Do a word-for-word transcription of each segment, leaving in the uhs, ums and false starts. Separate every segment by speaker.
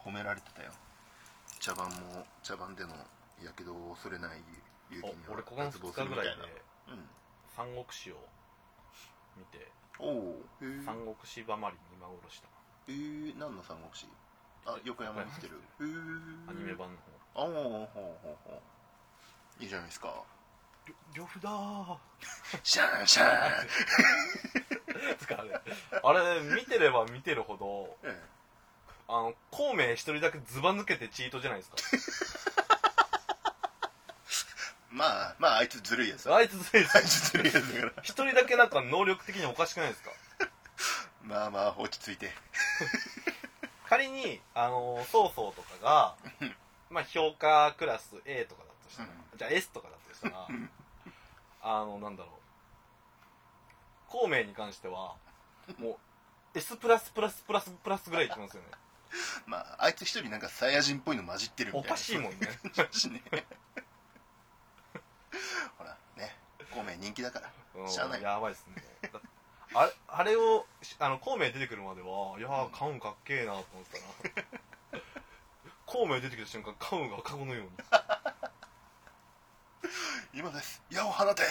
Speaker 1: 褒められてたよ。茶番も茶番でのやけどを恐れない勇気には
Speaker 2: 俺ここのふつかぐらいで三国志を見て、
Speaker 1: おお、
Speaker 2: 三国志ばまりに今頃した。
Speaker 1: えー、何の三国志？あ、横山見てる。へー、
Speaker 2: アニメ版の
Speaker 1: 方。ああ、ほうほうほう。いいじゃないですか。
Speaker 2: 呂布だー
Speaker 1: シャンシャン
Speaker 2: つかあれあれ見てれば見てるほど、ええ、あの孔明一人だけズバ抜けてチートじゃないですか。
Speaker 1: まあまああいつずるいやつ。
Speaker 2: あいつずるいやつ。
Speaker 1: あいつずるいやつだから。
Speaker 2: 一人だけなんか能力的におかしくないですか。
Speaker 1: まあまあ落ち着いて。
Speaker 2: 仮にあの曹操とかがまあ評価クラス A とかだとしたら、うん、じゃあ S とかだとしたらあのなんだろう、孔明に関してはもう S プラスプラスプラスプラスぐらいいきますよね。
Speaker 1: まああいつ一人なんかサイヤ人っぽいの混じってるみたいな。
Speaker 2: おかしいもんね。
Speaker 1: ねほらね、孔明人気だからしゃあない。
Speaker 2: やばいっすね。あれ、あれをあの孔明出てくるまではいやーカウンかっけえなと思ってたら孔明出てきた瞬間カウンがカゴのように
Speaker 1: 今です矢を放て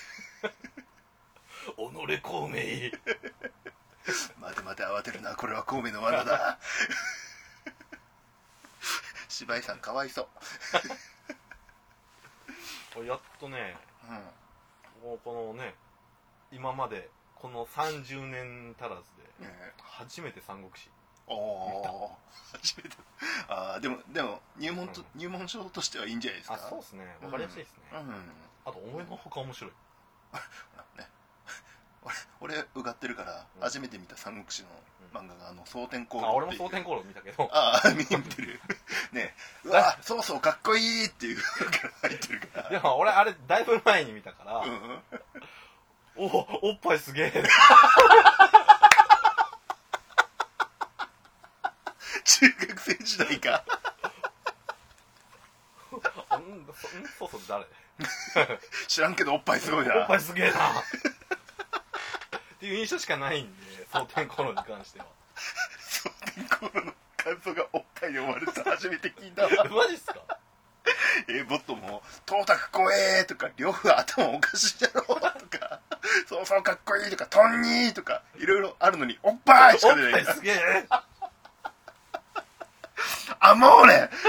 Speaker 2: 己孔明
Speaker 1: 待て待て慌てるな、これは孔明の罠だ芝居さんかわいそう
Speaker 2: やっとね、うん、もうこのね今までこのさんじゅうねん足らずで初めて三国志
Speaker 1: おお初めて。あでもでも入門と、うん、入門書としてはいいんじゃないですか。
Speaker 2: あ、そうですね、わかりやすいですね、うんうん、あと思いのほか面白い
Speaker 1: ね、俺俺うがってるから、うん、初めて見た三国志の漫画があの蒼天航路。
Speaker 2: あ、俺も蒼天航路見たけど、
Speaker 1: ああ見てるね、うわそうそうかっこいいっていうから入ってるから。
Speaker 2: でも俺あれだいぶ前に見たから、うん、おおっぱいすげえ
Speaker 1: 中学生時代か
Speaker 2: うんそうそう誰
Speaker 1: 知らんけどおっぱいすごいな、
Speaker 2: おっぱいすげえなっていう印象しかないんで、蒼天航路に関しては。
Speaker 1: 蒼天航路の感想がおっぱいで終わると初めて聞いたわ
Speaker 2: マジっすか。
Speaker 1: えー、ボットも「トータク怖え」とか「呂布頭おかしいだろ」とか「そうそうかっこいい」とか「トンニー」とかいろいろあるのにおっぱいしか出ない。
Speaker 2: おっぱいすげえ
Speaker 1: あもうね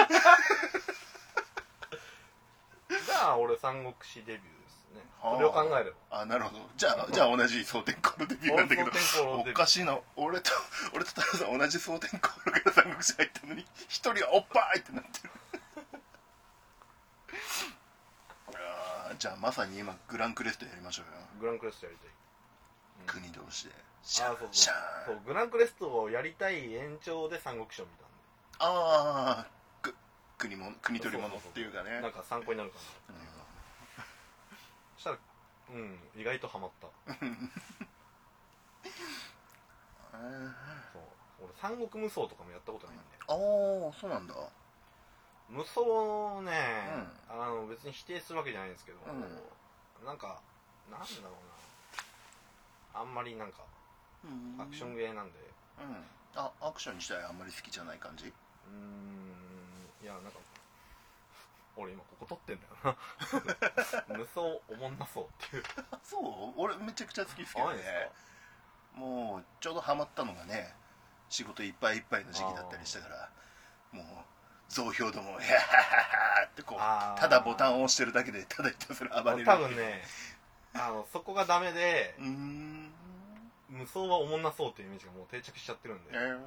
Speaker 2: じゃあ俺三国志デビューですね。それを考えれば。
Speaker 1: あ、なるほど。じゃあじゃあ同じ蒼天航路デビューなんだけど、おかしいな。俺と俺と太郎さん同じ蒼天航路から三国志入ったのに一人はおっぱいってなってるあ、じゃあまさに今グランクレストやりましょうよ。
Speaker 2: グランクレストやりたい、
Speaker 1: うん、国同士で
Speaker 2: シャンシャン。そうグランクレストをやりたい延長で三国志を見たんで。
Speaker 1: ああ、国も国取り物っていうかね、
Speaker 2: なんか参考になるかなっていうか、うん、そしたらうん意外とハマったそう俺三国無双とかもやったことないんで。
Speaker 1: ああそうなんだ。
Speaker 2: 無双ね、うん、あの別に否定するわけじゃないんですけど、うん、なんかなんだろうな、あんまりなんかアクションゲーなんで、
Speaker 1: うん、あアクションにしたらあんまり好きじゃない感じ。
Speaker 2: うーん、いやなんか俺今ここ撮ってんだよな無双おもんなそうっていう
Speaker 1: そう俺めちゃくちゃ好きですけどね。もうちょうどハマったのがね仕事いっぱいいっぱいの時期だったりしたから、もう増票どもを「ヒャッハッハッハ」ってこうただボタンを押してるだけでただひたすら暴れる。
Speaker 2: 多分ねあのそこがダメで
Speaker 1: うーん
Speaker 2: 無双はおもんなそうっていうイメージがもう定着しちゃってるんで、えーうん、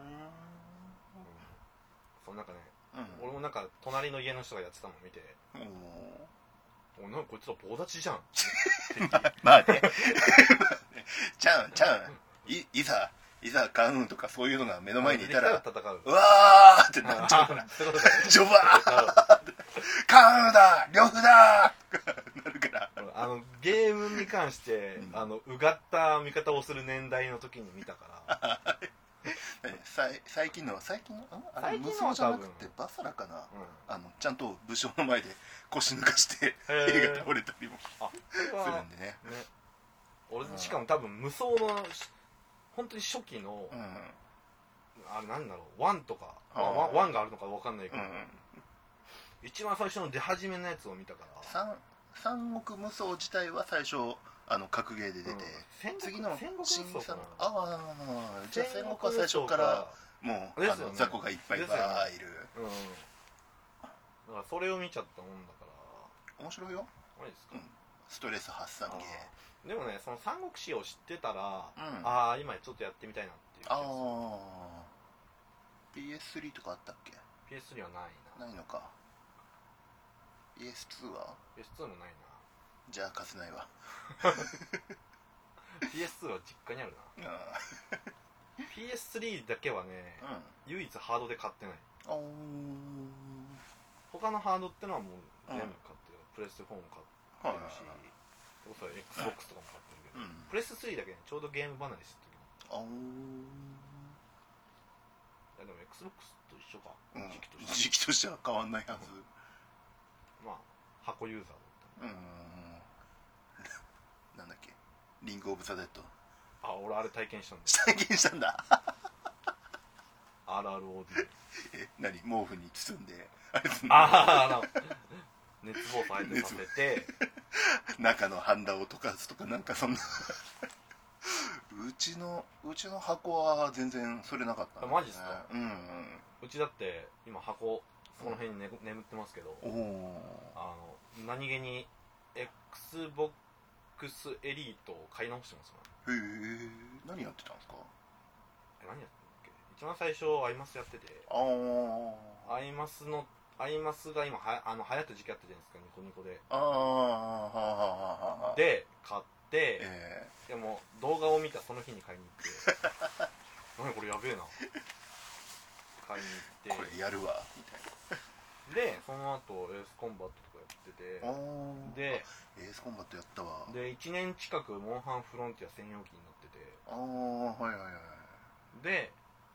Speaker 2: そうなんかね、うん、俺もなんか隣の家の人がやってたのを見て、おなんかこいつら棒立ちじゃん
Speaker 1: まあねちゃうんちゃうんいいざいざカウンとかそういうのが目の前にいたらうわーってなっちゃうからジョバーカウンだ呂布だなるから
Speaker 2: あのゲームに関して、うん、あのうがった見方をする年代の時に見たから
Speaker 1: 最近のは最近のあれ無双じゃなくてバサラかな、うん、あのちゃんと武将の前で腰抜かして手が倒れたりもするんでね。ね
Speaker 2: 俺しかも多分無双の本当に初期の、うん、 あれなんだろうワンとかワン、ワンがあるのか分かんないけど、うん、一番最初の出始めのやつを見たから
Speaker 1: 三国無双自体は最初あの格ゲーで出て、うん、次の新さんああじゃあ戦国は最初からもう、ね、あの雑魚がいっぱいバーいる、うん、
Speaker 2: だからそれを見ちゃったもんだから
Speaker 1: 面白いよ。
Speaker 2: マジですか、うん、
Speaker 1: ストレス発散ゲ
Speaker 2: ーでもねその三国志を知ってたら、うん、ああ今ちょっとやってみたいなっていう気がする。ああ
Speaker 1: ピーエススリー とかあったっけ？
Speaker 2: ピーエススリー はないな。
Speaker 1: ないのか。 ピーエスツー は？
Speaker 2: ピーエスツー もないな。
Speaker 1: じゃあ貸せないわ
Speaker 2: ピーエスツー は実家にあるな。あピーエススリー だけはね、うん、唯一ハードで買ってない。あ他のハードってのはもう全部買ってる、うん、プレステフォンも買ってるし、それ Xbox とかも買ってるけど、うん、プレステスリーだけねちょうどゲーム離れしてる時もあいやでも Xbox と一緒か、
Speaker 1: うん、時期として時期としては変わんないはず、うん、
Speaker 2: まあ箱ユーザーだった、うん
Speaker 1: なんだっけリングオブザデッド。
Speaker 2: あ俺あれ体験したんだ。
Speaker 1: 体験したんだ
Speaker 2: アールアールオーディー
Speaker 1: え何毛布に包んであれすん
Speaker 2: のああ熱暴走相手させて
Speaker 1: 中のハンダを溶かすとかなんかそんなうちのうちの箱は全然それなかった、
Speaker 2: ね、マジっすか。
Speaker 1: うん、うん、
Speaker 2: うちだって今箱その辺に、ね、眠ってますけど、おあの何気に Xbox エリートを買い直してます
Speaker 1: もん。へえ何やってたんですか。
Speaker 2: え何やってたんだっけ。一番最初アイマスやってて、ああアイマスのアイマスが今はあの流行った時期あったじゃないですか、ニコニコで。ああははで買って、えー、でも動画を見たその日に買いに行って何これやべえな買いに行って
Speaker 1: これやるわみたいな
Speaker 2: でその後エースコンバットとかやってて、
Speaker 1: でエースコンバットやったわ。
Speaker 2: でいちねん近くモンハンフロンティア専用機になってて、ああはいはいはい。で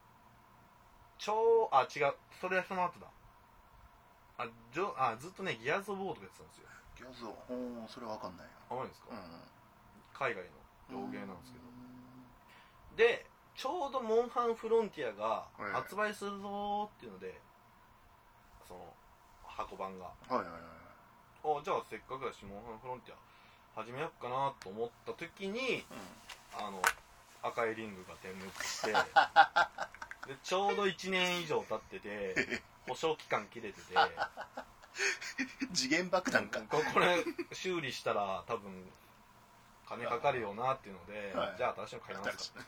Speaker 2: 超あ違うそれはその後だ。あじょあずっとねギアーズ・オブ・ウォーとかやってたんですよ。
Speaker 1: ギアーズオブおそれは分かんないよ。
Speaker 2: あまりですか、うん、海外の洋芸なんですけど、でちょうどモンハンフロンティアが発売するぞっていうので、はい、その箱版が、はいはいはい、あじゃあせっかくだしモンハンフロンティア始めようかなと思った時に、うん、あの赤いリングが点滅してでちょうどいちねん以上経ってて保証期間切れてて
Speaker 1: 次元爆弾か、
Speaker 2: これ修理したら多分金かかるよなっていうので、はい、じゃあ新しいの買い直すか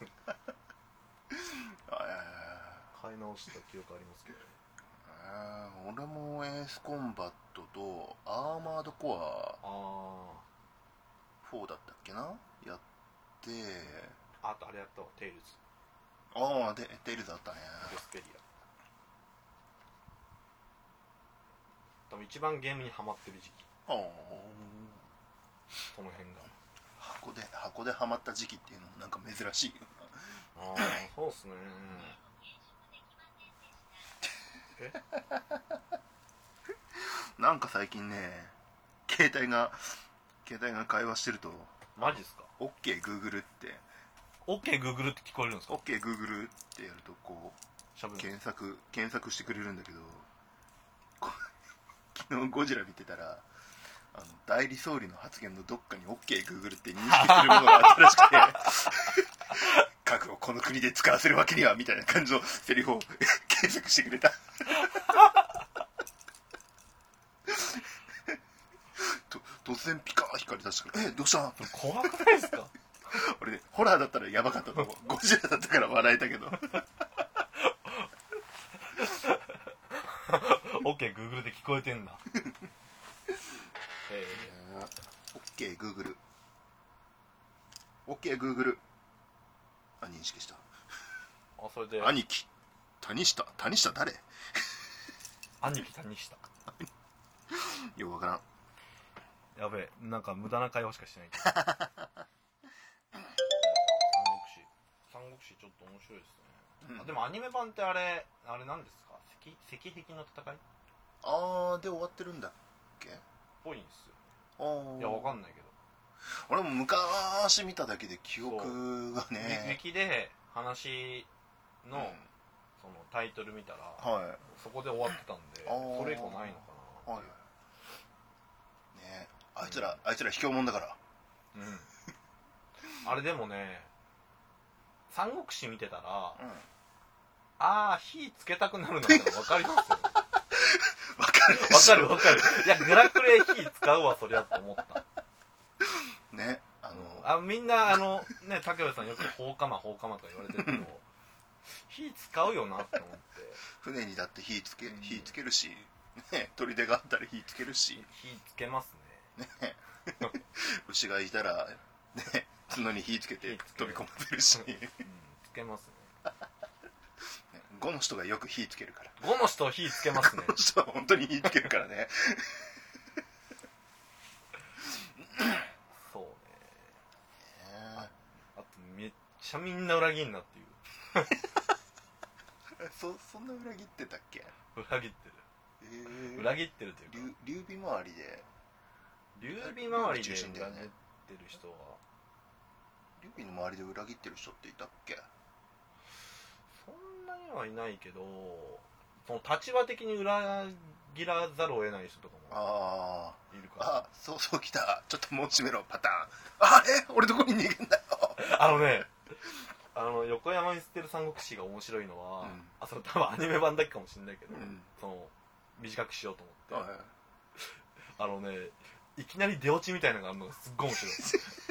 Speaker 2: 買い直した記憶ありますけど、
Speaker 1: えー、俺もエースコンバットとアーマードコアフォーだったっけなやって、
Speaker 2: あとあれやったわテイルズ。
Speaker 1: ああテイルズあったね。
Speaker 2: デスペリア多分一番ゲームにハマってる時期。ああその辺が
Speaker 1: 箱で箱でハマった時期っていうのもなんか珍しいよな。ああ
Speaker 2: そうっすね
Speaker 1: えなんか最近ね携帯が携帯が会話してると
Speaker 2: マジっすか。
Speaker 1: OKGoogle って
Speaker 2: OKGoogle って聞こえるんですか。
Speaker 1: OKGoogle ってやるとこう検索検索してくれるんだけど昨日ゴジラ見てたらあの代理総理の発言のどっかに OKGoogle って認識するものがあったらしくて核をこの国で使わせるわけにはみたいな感じのセリフを検索してくれたと突然ピカー光り出したからえどうした
Speaker 2: 怖くないですか
Speaker 1: 俺ねホラーだったらやばかったと思うゴジラだったから笑えたけど
Speaker 2: OKGoogle で聞こえてんだ
Speaker 1: えー、OKGoogle OKGoogle あ認識した。
Speaker 2: あそれで
Speaker 1: 兄貴谷下谷下誰
Speaker 2: 兄貴谷下
Speaker 1: よくわからん。
Speaker 2: やべえなんか無駄な会話しかしてないけど三国志三国志ちょっと面白いですね、うん、あでもアニメ版ってあれあれなんですか石石壁の戦い
Speaker 1: あーで終わってるんだっけ
Speaker 2: ぽいんですよ。いやわかんないけど
Speaker 1: 俺も昔見ただけで記憶がね
Speaker 2: ウィキで話の、うん、そタイトル見たら、
Speaker 1: はい、
Speaker 2: そこで終わってたんで、それ以降ないのかな、はい、
Speaker 1: ね、あいつら、うん、あいつら卑怯者だから、
Speaker 2: うん、あれでもね三国志見てたら、うん、ああ火つけたくなるのが分かりますよ
Speaker 1: 分かる
Speaker 2: 分かる分かるいやグラクレ火使うわそりゃと思った
Speaker 1: ね、あの
Speaker 2: あみんなあのね竹部さんよく放火魔放火魔とか言われてるけど火使うよなって思って
Speaker 1: 船にだって火つけ、うん、火つけるし、ね、砦があったら火つけるし
Speaker 2: 火つけますね
Speaker 1: ね牛がいたら、ね、角に火つけて飛び込ませるし、うん、
Speaker 2: つけますね
Speaker 1: ゴの人がよく火つけるから
Speaker 2: ゴの人は火つけますね
Speaker 1: ゴの人は本当に火つけるからね
Speaker 2: そうねあ, あとめっちゃみんな裏切んなっていう
Speaker 1: そ, そんな裏切ってたっけ
Speaker 2: 裏切ってる、えー、裏切ってるというか
Speaker 1: 劉備周りで
Speaker 2: 劉備周りで裏切ってる人は
Speaker 1: 劉備の周りで裏切ってる人っていたっけ
Speaker 2: そんなにはいないけどその立場的に裏切らざるを得ない人とかもいるから、
Speaker 1: ああそうそう来たちょっともう閉めろパターンあれ俺どこに逃げんだよ
Speaker 2: あのねあの横山に捨てる三国志が面白いのは、うん、あその多分アニメ版だけかもしれないけど、うん、その短くしようと思って、はい、あのねいきなり出落ちみたいなのがあるのがすっごい面白い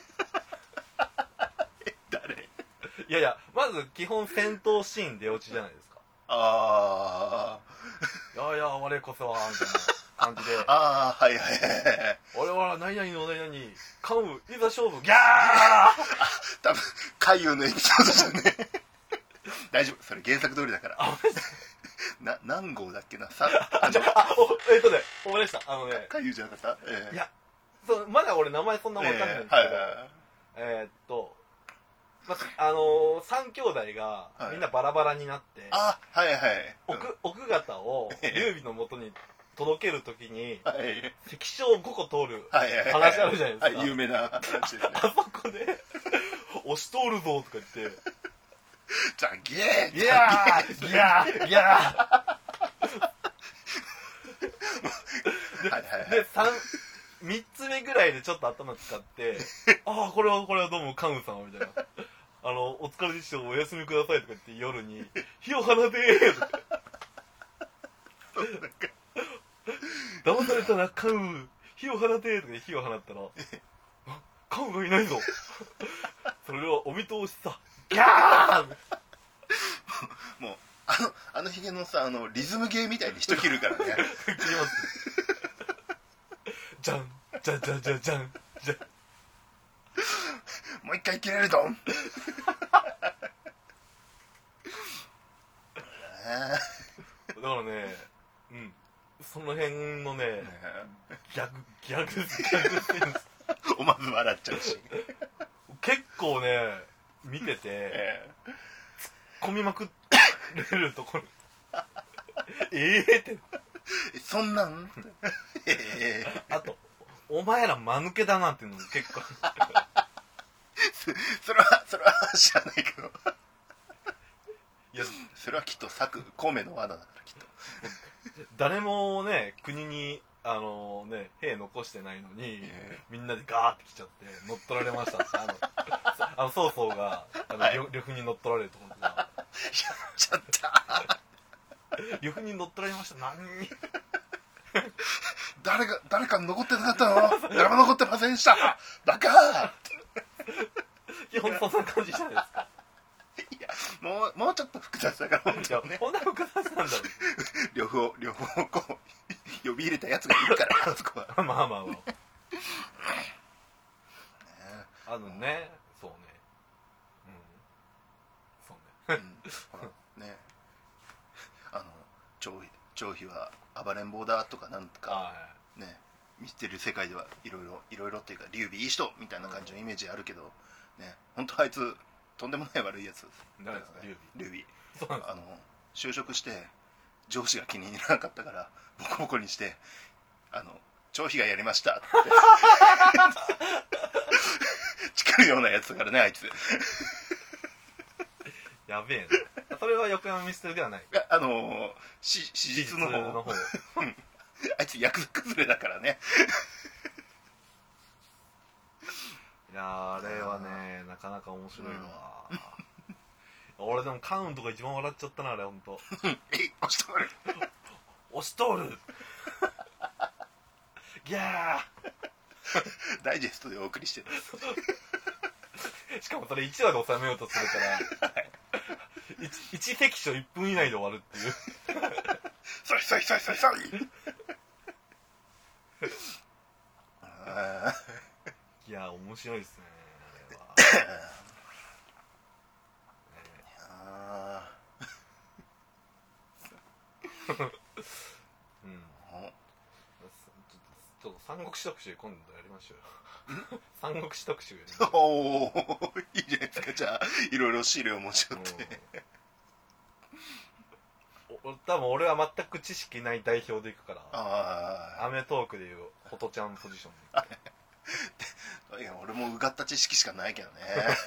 Speaker 1: え誰
Speaker 2: いやいやまず基本戦闘シーン出落ちじゃないですか
Speaker 1: あ
Speaker 2: あいやいや我こそはみたいな感じで
Speaker 1: ああはいはいはい
Speaker 2: 俺は何々の何々関羽いざ勝負ギャー
Speaker 1: 多分海遊のエピソードじゃね大丈夫それ原作通りだからな何号だっけなさ
Speaker 2: あじゃあえっとね思い出したあのね
Speaker 1: 海遊じゃなかった、えー、
Speaker 2: いやそうまだ俺名前そんな分かんないんですけど、えーはいはいはい、えー、っとまあのー、三兄弟がみんなバラバラになって、
Speaker 1: はい、あはいはい
Speaker 2: 奥、奥方を劉備の元に届けるときに、
Speaker 1: はい、
Speaker 2: 関所をごこ通る話あるじゃないですか、
Speaker 1: はいはいはい、有名な話ですね
Speaker 2: あ, あそこで押し通るぞとか言って
Speaker 1: じゃあゲー
Speaker 2: ギャーギャーギャーで、はいはいはい、でみっつめぐらいでちょっと頭使ってああこれはこれはどうも関羽さんみたいなあのお疲れでしたお休みくださいとか言って夜に火を放てーとか騙されたな関羽火を放てーとか火を放ったらあ関羽がいないぞそれはお見通しさギャー
Speaker 1: もうあのあのヒゲのさあのリズムゲーみたいに人切るからね切ります
Speaker 2: じゃんじゃんじゃんじゃんじゃんじゃん
Speaker 1: もう一回切れるとだ
Speaker 2: からねうんその辺のねギャグギャグギャグセンス
Speaker 1: 思わず笑っちゃうし
Speaker 2: 結構ね見てて、えー、突っ込みまくれるところええって
Speaker 1: そんなんえ
Speaker 2: ー、あとお前ら間抜けだなっていうのも結構
Speaker 1: それはそれは知らないけどいやそれはきっと策孔明の罠だからきっと
Speaker 2: 誰もね国にあのね兵残してないのに、えー、みんなでガーって来ちゃって乗っ取られましたってあのあの曹操があの、はい、呂布に乗っ取られるところがやっ
Speaker 1: ちゃった
Speaker 2: 呂布に乗っ取られました何に
Speaker 1: 誰が誰か残ってなかったの誰も残ってませんでしたバカ
Speaker 2: いやほんとそんな感じじゃないですか
Speaker 1: いやもうもうちょっと複雑だから本当
Speaker 2: ねこんな複雑なんだろう
Speaker 1: 両方両方こう呼び入れたやつがいるからあそこは
Speaker 2: まあまあまあ、ね、あのねそうねうんそうね、
Speaker 1: うん、ほらねあの張飛張飛は暴れん坊だとかなんとかね見てる世界ではいろいろいろいろっていうか劉備いい人みたいな感じのイメージあるけど、うん、ね本当あいつとんでもない悪いやつ
Speaker 2: 誰ですか劉
Speaker 1: 備あの就職して上司が気に入らなかったからボコボコにしてあの張飛がやりましたって誓うようなやつだからねあいつ
Speaker 2: やべえな。それは横山ミステルではない。
Speaker 1: いや、あのー、し史実の方
Speaker 2: の方
Speaker 1: あいつ役作崩れだからね。
Speaker 2: いやー、あれはね、なかなか面白いわ、うん、俺でもカウンとか一番笑っちゃったな、あれ。ほんと
Speaker 1: え、押しとる
Speaker 2: 押しとるギャー
Speaker 1: ダイジェストでお送りしてる
Speaker 2: しかもそれいちわで収めようとするから、はい、いち関所いっぷん以内で終わるっていう
Speaker 1: そいそいそいそいそい
Speaker 2: いや面白いですねあれはうん、ちょっと三国志特集今度やりましょうよ三国志特集やりましょう。
Speaker 1: おおいいじゃないですか。じゃあいろいろ資料持ち寄って
Speaker 2: お多分俺は全く知識ない代表でいくから、
Speaker 1: あ
Speaker 2: アメトークでいうホトちゃんポジション
Speaker 1: でいや俺もうがった知識しかないけどね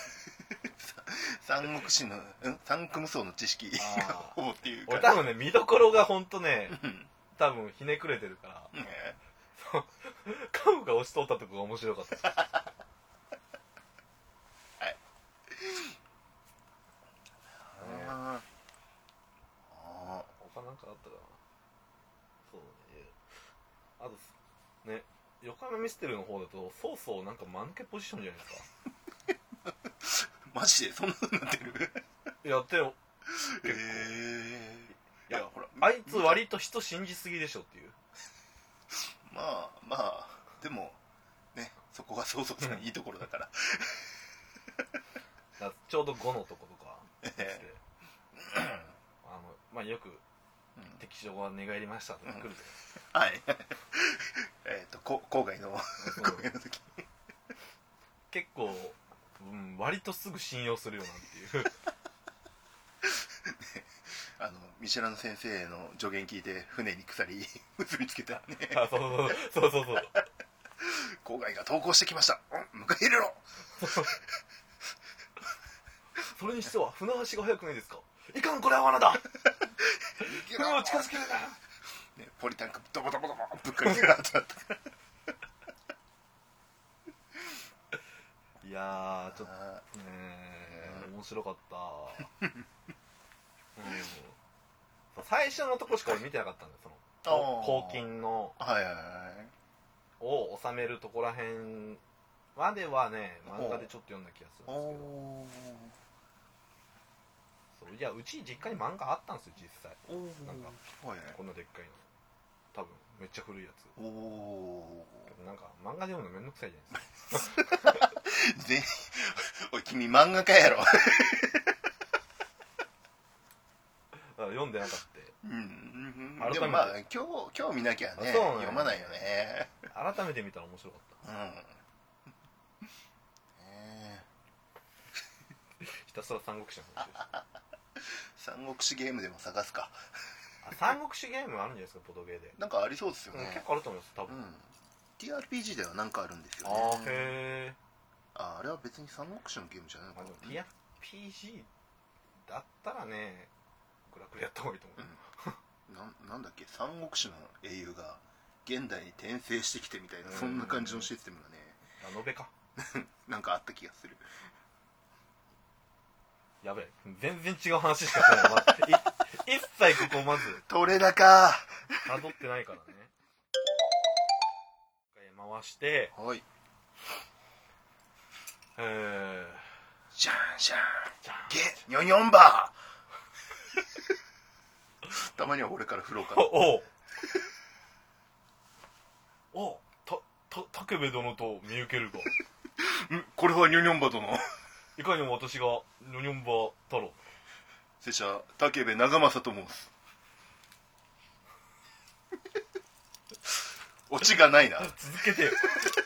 Speaker 1: 三国志のん三国層の知識ほぼっていうか、
Speaker 2: 俺多分ね見どころがほんとね多分ひねくれてるから、ね、カウが押し通ったとこが面白かったです
Speaker 1: はい、
Speaker 2: ね、ああ他なんかあったかな。そうね、あとね横浜ミステルの方だとそうそうなんか間抜けポジションじゃないですか
Speaker 1: マジでそんな風になってる
Speaker 2: やってよ
Speaker 1: 結構、え
Speaker 2: ー、いやほらあいつ割と人信じすぎでしょっていう
Speaker 1: まあまあでもねそこがそうそうさんいいところだから
Speaker 2: だちょうどごのとことかして、
Speaker 1: え
Speaker 2: ー、あのまあよく敵将が寝返りましたとか来るじゃないです
Speaker 1: か、うん、はいえっと郊外の郊外の時
Speaker 2: 結構、うん、割とすぐ信用するよなっていう、ね、
Speaker 1: あの見知らぬ先生の助言聞いて船に鎖結びつけたね
Speaker 2: あそうそうそうそうそう
Speaker 1: 郊外が投降してきました、うん、迎え入れろ
Speaker 2: それにしては船橋が早くないですか。いかんこれは罠だ船を近づけるな、
Speaker 1: ね、ポリタンクドボドボドボぶっかけてなってなった
Speaker 2: いやーちょっとね面白かった、うん、最初のとこしか見てなかったんだよ、その黄金の
Speaker 1: はいはいはい
Speaker 2: を収めるとこらへんまではね漫画でちょっと読んだ気がするんですけど、そういやうち実家に漫画あったんですよ実際。なんか、はい、こんなでっかいの多分めっちゃ古いやつ。おおなんか漫画読むのめんどくさいじゃないですか
Speaker 1: おい君漫画家やろ
Speaker 2: 読んでなかった。うん、
Speaker 1: 改めてでもまあ今日興味なきゃね読まないよね。
Speaker 2: 改めて見たら面白かった。うん。
Speaker 1: え
Speaker 2: ー、ひたすら三国志の話です。
Speaker 1: 三国志ゲームでも探すか。
Speaker 2: あ、三国志ゲームあるんじゃないですかボドゲーで。
Speaker 1: なんかありそうですよね。
Speaker 2: うん、結構あると思います多分。うん、
Speaker 1: ティーアールピージー ではなんかあるんですよね。
Speaker 2: あーへえ。
Speaker 1: ああれは別に三国志のゲームじゃないのかな。
Speaker 2: ティーアールピージー だったらねグラクレやった方がいいと思う、
Speaker 1: うん、な, なんだっけ三国志の英雄が現代に転生してきてみたいな、そんな感じのシステムがね
Speaker 2: ラノベか
Speaker 1: なんかあった気がする。
Speaker 2: やべえ全然違う話しかしない、ま、一切ここまず
Speaker 1: 取れ高
Speaker 2: たどってないからね。回して
Speaker 1: はい
Speaker 2: えー
Speaker 1: シャンシャンゲニョニョンバーたまには俺から振ろうかな。
Speaker 2: おおおたた武部殿と見受けるが
Speaker 1: んこれはニョニョンバ殿。
Speaker 2: いかにも私がニョニョンバ太郎
Speaker 1: 拙者武部長政と申す。オチがないな。
Speaker 2: 続けてよ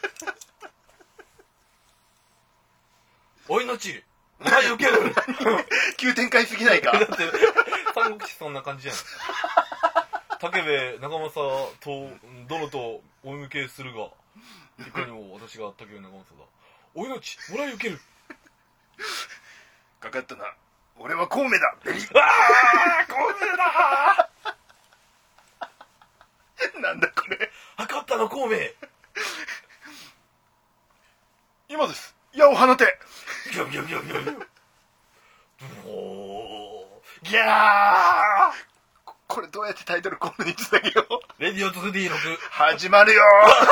Speaker 2: お命お前受ける
Speaker 1: 急展開すぎないか。
Speaker 2: だって三国志そんな感じじゃない武部長政と殿とお見受けするがいかにも私が武部長政だ。お命もらい受ける
Speaker 1: かかったな俺は孔明だ。ベリ
Speaker 2: うわー孔明だ
Speaker 1: ーなんだこれ。
Speaker 2: 測ったの孔明。
Speaker 1: 今です。矢を放て。
Speaker 2: ギョギョギョギョギョ。おーギャー。
Speaker 1: これどうやってタイトルコールにつなげよう。
Speaker 2: レディオ ツーディーろく
Speaker 1: 始まるよ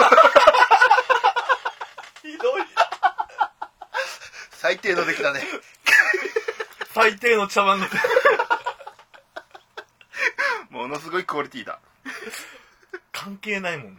Speaker 2: ひどい。
Speaker 1: 最低の出来だね。
Speaker 2: 最低の茶碗の
Speaker 1: ものすごいクオリティだ。
Speaker 2: 関係ないもんな。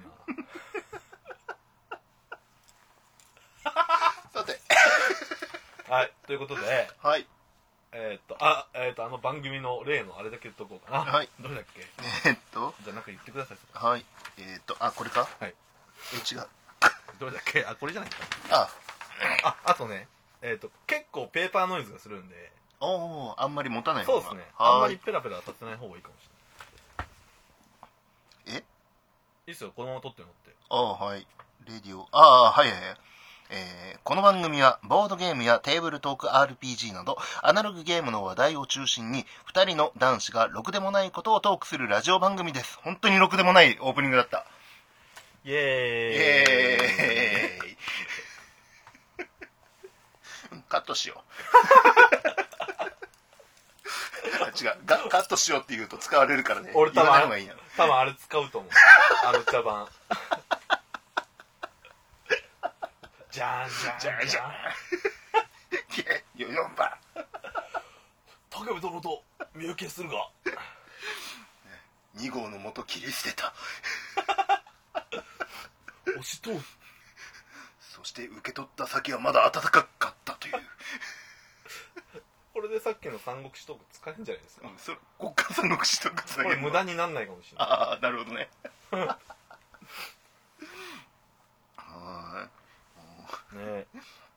Speaker 1: さて
Speaker 2: はい、ということで、
Speaker 1: はい、
Speaker 2: えー、っとあえー、っとあの番組の例のあれだけ言っとこうかな。
Speaker 1: はい、
Speaker 2: どれだっけ。
Speaker 1: えー、っと
Speaker 2: じゃあなんか言ってください。
Speaker 1: はい、えー、っとあこれか。
Speaker 2: はい。
Speaker 1: え違う。
Speaker 2: どれだっけ。あこれじゃないか。
Speaker 1: あ
Speaker 2: ああとね、えー、っと結構ペーパーノイズがするんで。
Speaker 1: おおあんまり持たない
Speaker 2: そうですね。あんまりペラペラさせない方がいいかもしれない。えいいっすよ、このまま撮ってもって。
Speaker 1: ああはいレディオああはいはいはい。えー、この番組はボードゲームやテーブルトーク アールピージー などアナログゲームの話題を中心にふたりの男子がろくでもないことをトークするラジオ番組です。本当にろくでもないオープニングだった。
Speaker 2: イエーイ。イ
Speaker 1: エーイカットしよう。あ違うがカットしようって言うと使われるからね。
Speaker 2: 俺多分
Speaker 1: 言わない方がいいな。
Speaker 2: 多分あれ使うと思う。あの茶番。じゃんじゃん
Speaker 1: じゃんじゃん。よよんば
Speaker 2: 高部殿と見受けするが
Speaker 1: に号の元切り捨てた。
Speaker 2: 押し通す。
Speaker 1: そして受け取った先はまだ暖かかったという。
Speaker 2: これでさっきの三国志トーク使えるんじゃないですか。
Speaker 1: うん、それこっから三国志とか
Speaker 2: これ無駄になんないかもしれない。
Speaker 1: ああなるほどね。はい
Speaker 2: ね。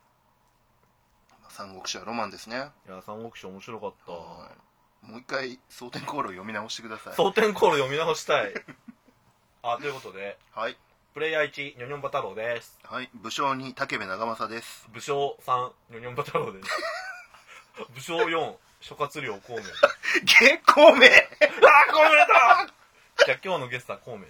Speaker 1: 三国志はロマンですね。い
Speaker 2: や三国志面白かった。
Speaker 1: もう一回蒼天航路を読み直してください。
Speaker 2: 蒼天航路読み直したい。あということで、
Speaker 1: はい、
Speaker 2: プレイヤーいちニョニョンバ太郎です。
Speaker 1: はい、武将に武部長政です。
Speaker 2: 武将さんニョニョンバ太郎です。武将よん諸葛亮孔明。
Speaker 1: ゲ孔明。あ
Speaker 2: あ孔明だ。じゃあ今日のゲストは孔明です。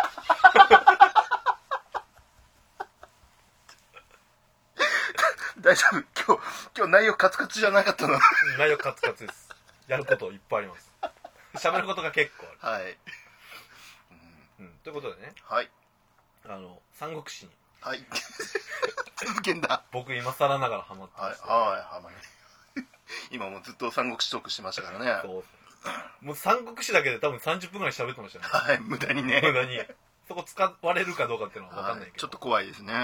Speaker 1: 大丈夫。今日今日内容カツカツじゃなかったの。
Speaker 2: 内容カツカツです。やることいっぱいあります。喋ることが結構ある。
Speaker 1: はい、
Speaker 2: うん、ということでね、
Speaker 1: はい、
Speaker 2: あの三国志に
Speaker 1: はい続けんだ。
Speaker 2: 僕今更ながらハマってまして、
Speaker 1: はいはいハマる。今もずっと三国志トークしてましたからね。
Speaker 2: そうもう三国志だけで多分さんじゅっぷんぐらい喋ってましたね。
Speaker 1: はい無駄にね。
Speaker 2: 無駄にそこ使われるかどうかっていうのは分かんないけど、はい、
Speaker 1: ちょっと怖いですね、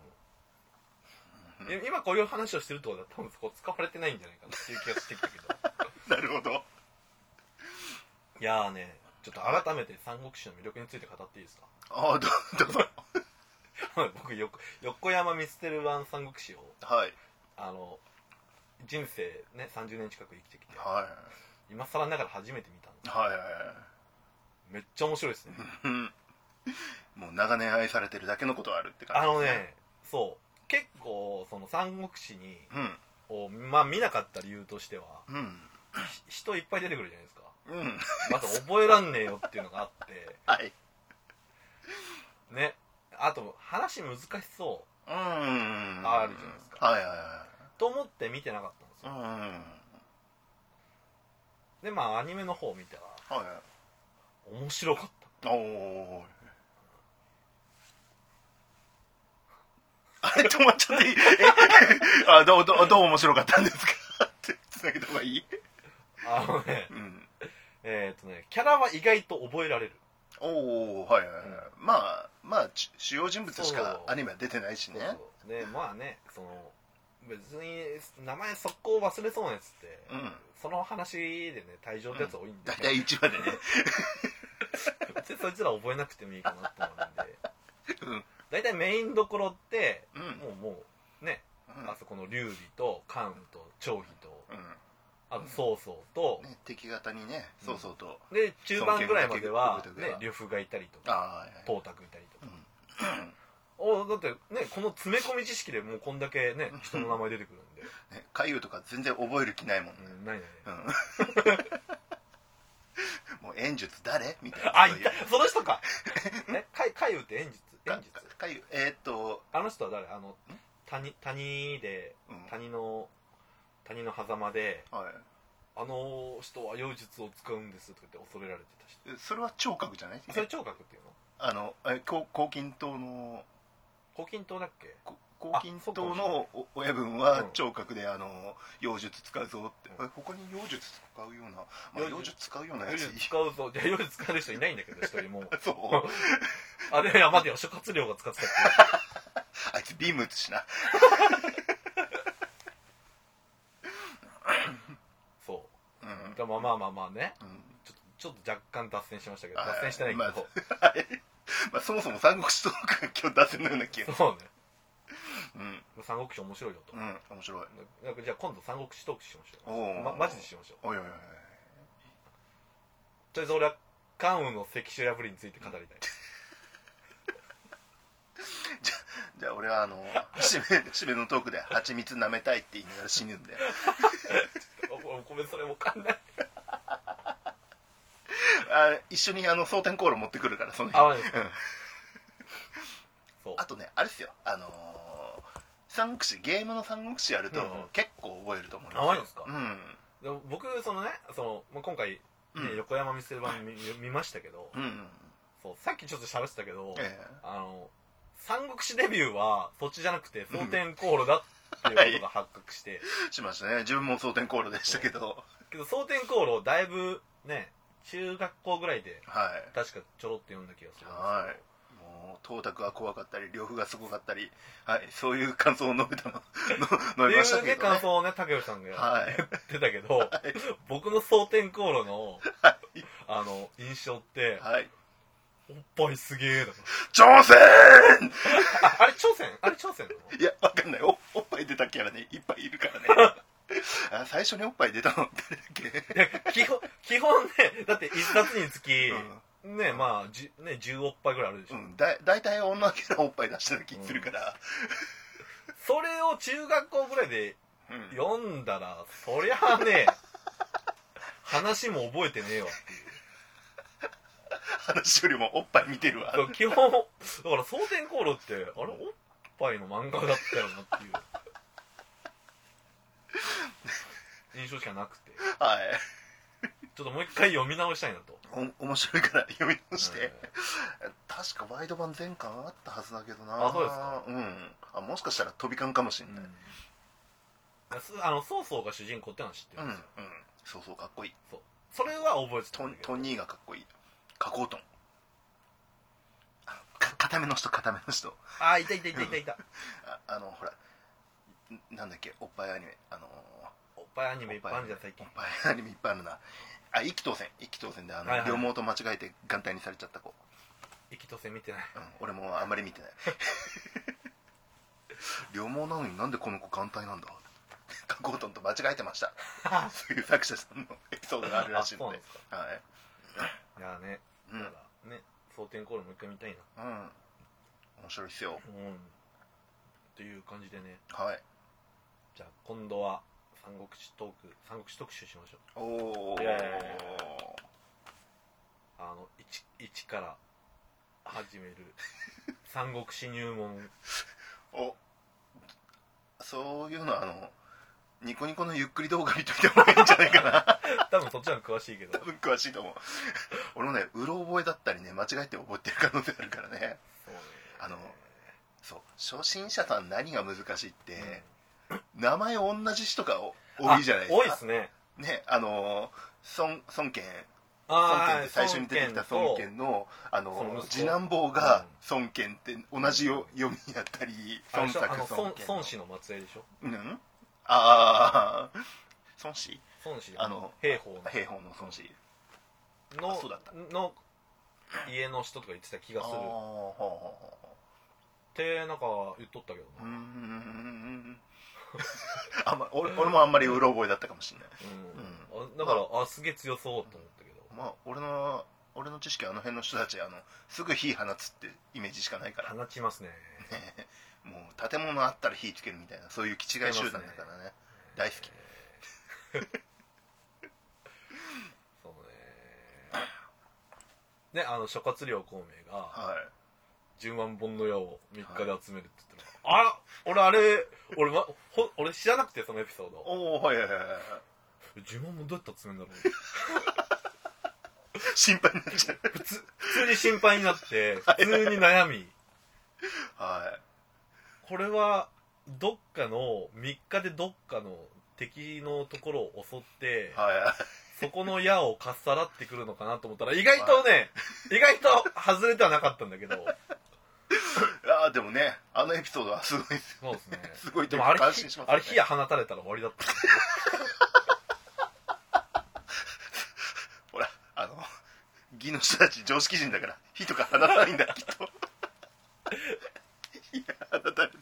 Speaker 2: うん、今こういう話をしてるってことは多分そこ使われてないんじゃないかなっていう気がしてきたけど。
Speaker 1: なるほど。
Speaker 2: いやーね、ちょっと改めて三国志の魅力について語っていいですか。
Speaker 1: ああどうぞ。
Speaker 2: 僕よ横山見捨てる版三国志を、
Speaker 1: はい、
Speaker 2: あの人生ねさんじゅうねん近く生きてきて、
Speaker 1: はい、
Speaker 2: 今更ながら初めて見たんです。
Speaker 1: はいはいはい。
Speaker 2: めっちゃ面白いですね。
Speaker 1: もう長年愛されてるだけのことはあるって感じ
Speaker 2: ですね。あのね、そう結構その三国志に、
Speaker 1: うん、
Speaker 2: をまあ見なかった理由としては、
Speaker 1: うん、
Speaker 2: 人いっぱい出てくるじゃないですか。
Speaker 1: うん、
Speaker 2: まず覚えらんねえよっていうのがあって
Speaker 1: はい
Speaker 2: ね。あと話難しそう
Speaker 1: うん
Speaker 2: あるじゃないですか。
Speaker 1: はいはいはい。
Speaker 2: と思って見てなかったんですよ。
Speaker 1: うん
Speaker 2: でまあアニメの方を見たら、はい、面白かった。おお。
Speaker 1: あれ止まっちゃっていい？えあどうどうどう面白かったんですかってつなげた方がいい？
Speaker 2: あのね、うん、えっとねキャラは意外と覚えられる。
Speaker 1: おおはいはいはい、うん、まあまあ主要人物しかアニメは出てないしね。そう
Speaker 2: そうでまあねその別に名前速攻忘れそうなやつって、うん、その話でね退場ってやつ多いんで、
Speaker 1: 大体いちわでね
Speaker 2: 別にそいつら覚えなくてもいいかなと思うんで、うん、大体メインどころって、うん、もうもうね、うん、あそこの劉備と関羽と張飛と、うん、あと曹操と、
Speaker 1: ね、敵方にね曹操と、
Speaker 2: うん、で中盤ぐらいまでは、ね、呂布がいたりとか、はいはい、董卓いたりとか、 おだってねこの詰め込み知識でもうこんだけね人の名前出てくるんで、
Speaker 1: ね、海遊とか全然覚える気ないもんね、
Speaker 2: うん、ないない、
Speaker 1: うん、もう演術誰みたいな。
Speaker 2: あいたその人かえ海遊って演術演術
Speaker 1: 海遊えー、っと
Speaker 2: あの人は誰あの谷谷で、うん、谷の谷の狭間で、はい、あの人は妖術を使うんですとかって恐れられてた人。
Speaker 1: それは聴覚じゃない？
Speaker 2: それ聴覚っていうの？
Speaker 1: あのえ黄金島の
Speaker 2: 黄金島だっけ？
Speaker 1: 黄金島の親分は聴覚で、うん、あの妖術使うぞって、うん、他に妖術使うような、まあ、妖術使うようなやつ
Speaker 2: 妖術使うぞじゃ妖術使う人いないんだけど一人も
Speaker 1: そう
Speaker 2: あれいや待てよ諸葛亮が使ってたって
Speaker 1: あいつビーム打つしな
Speaker 2: そう、うん、まあまあまあまあね、うん、ちょっとちょっと若干脱線しましたけど脱線してないけど、まあ
Speaker 1: まあ、そもそも三国志トークが今日脱線のような気が
Speaker 2: そうねうん、三国志面白いよと、
Speaker 1: うん、面白い。
Speaker 2: なんかじゃあ今度三国志トークしましょう。ま、マジでしましょう。おいおいおい。とりあえず俺は関羽の関所破りについて語りたい。
Speaker 1: じゃじゃあ俺はあの締め締めのトークで蜂蜜舐めたいって言いながら死ぬんで。
Speaker 2: ごめんそれわかんない。
Speaker 1: あ一緒にあの蒼天航路持ってくるからその
Speaker 2: 辺。あ、うん、
Speaker 1: そうあとねあれですよあのー。三国志ゲームの三国志やると結構覚えると思いますよ。
Speaker 2: あ、マジですか？
Speaker 1: うん。
Speaker 2: でも僕そのねそのまあ、今回、ねうん、横山見せる版 見, 見ましたけど、うん、そうさっきちょっと喋ってたけど、ええ、あの三国志デビューはそっちじゃなくて蒼天航路だっていうことが発覚して、
Speaker 1: はい、しましたね。自分も蒼天航路でしたけど
Speaker 2: けど蒼天航路だいぶね中学校ぐらいで、はい、確かちょろっと読んだ気がするんですけど、はい
Speaker 1: 東卓が怖かったり呂布がすごかったり、はい、そういう感想を述べたの
Speaker 2: 述べましたけどね。っていうね感想をね竹内さんが言ってたけど、はい、僕の蒼天航路の、はい、あの印象って、はい、おっぱいすげえだから
Speaker 1: 挑戦
Speaker 2: あ, あれ挑戦あれ挑戦なの？
Speaker 1: いやわかんない お, おっぱい出たキャラねいっぱいいるからねあ最初におっぱい出たの誰だっ
Speaker 2: け基本基本ねだって一冊につき、うんねまあじねじゅうおっぱいぐらいあるでしょ、うん、
Speaker 1: だ大体女キャラおっぱい出してる気するから、うん、
Speaker 2: それを中学校ぐらいで読んだら、うん、そりゃあね話も覚えてねえわっていう
Speaker 1: 話よりもおっぱい見てるわ
Speaker 2: 基本だから蒼天航路ってあれおっぱいの漫画だったよなっていう印象しかなくて
Speaker 1: はい
Speaker 2: ちょっともう一回読み直したいなと
Speaker 1: お面白いから読み直して、うん、確かワイド版全巻あったはずだけどな
Speaker 2: あそうですか、
Speaker 1: うん、あもしかしたら飛び巻かもしれない、
Speaker 2: うん、あの曹操が主人公ってのは知ってるんですよ、
Speaker 1: うんうん、曹操かっこいい
Speaker 2: そうそれは覚えてたんだけど
Speaker 1: トンニーがかっこいい加工トン固めの人固めの人
Speaker 2: あいたいたいたいたいた
Speaker 1: あ, あのほらなんだっけおっぱいアニメあの
Speaker 2: おっぱいアニメいっぱいあるじゃん最近
Speaker 1: おっぱいアニメいっぱいあるなあ、意気投船意気投船であの、はいはい、両毛と間違えて眼帯にされちゃった子
Speaker 2: 意気投船見てない、
Speaker 1: うん、俺もあんまり見てない両毛なのになんでこの子眼帯なんだ加工トンと間違えてましたそういう作者さんのエピソードがあるらしいのではい
Speaker 2: いやねだからね蒼天航路もう一回見たいな
Speaker 1: うん面白いっすようん
Speaker 2: っていう感じでね
Speaker 1: はい
Speaker 2: じゃあ今度は三国志トーク三国志特集しましょう
Speaker 1: おお
Speaker 2: あの 1, 1から始める三国志入門
Speaker 1: おそういうのはあのニコニコのゆっくり動画見といた方がいいんじゃないかな
Speaker 2: 多分そっちは詳しいけど
Speaker 1: 多分詳しいと思う俺もねうろ覚えだったりね間違えて覚えてる可能性あるからねそうねあのそう初心者さん何が難しいって、うん名前同じ人が多いじゃないですか。
Speaker 2: 多いですね。
Speaker 1: ね、あの孫孫権、孫権って最初に出てきた孫権のあの次男坊が孫権って同じよ読みやったり、
Speaker 2: 孫作孫権。孫子の末裔でしょ。
Speaker 1: うん。ああ、孫子。
Speaker 2: 孫子。
Speaker 1: あの
Speaker 2: 兵法の
Speaker 1: 兵法の孫子
Speaker 2: のの家の人とか言ってた気がする。ってなんか言っとったけどな。うん。
Speaker 1: あんま 俺, 俺もあんまりうろ覚えだったかもしれない、
Speaker 2: うんうん、だから、まあ、あすげえ強そうと思ったけど、
Speaker 1: まあ俺の俺の知識はあの辺の人たちあのすぐ火放つってイメージしかないから
Speaker 2: 放ちますね
Speaker 1: もう建物あったら火つけるみたいな、そういう気違い集団だからね、大好き。
Speaker 2: そうね。ね、あの諸葛亮孔明が、はい、じゅうまんぼんの矢をみっかで集めるって言ってた、はい、あ俺あれ俺、ま、ほ俺知らなくてそのエピソード。
Speaker 1: おお、はいはいはいはい。
Speaker 2: じゅうまんぼんどうやって集めるんだろう
Speaker 1: 心配になっちゃう。
Speaker 2: 普通普通に心配になって普通に悩み
Speaker 1: はい、
Speaker 2: これはどっかのみっかでどっかの敵のところを襲って、はいはい、そこの矢をかっさらってくるのかなと思ったら意外とね、はい、意外と外れてはなかったんだけど
Speaker 1: ああでもね、あのエピソードはすごいです。
Speaker 2: そうですね。
Speaker 1: すごい。
Speaker 2: でもあれ、ね、あれ火放たれたら終わりだったんですよ
Speaker 1: ほらあの義の人たち常識人だから火とか放たないんだきっといや放たれたら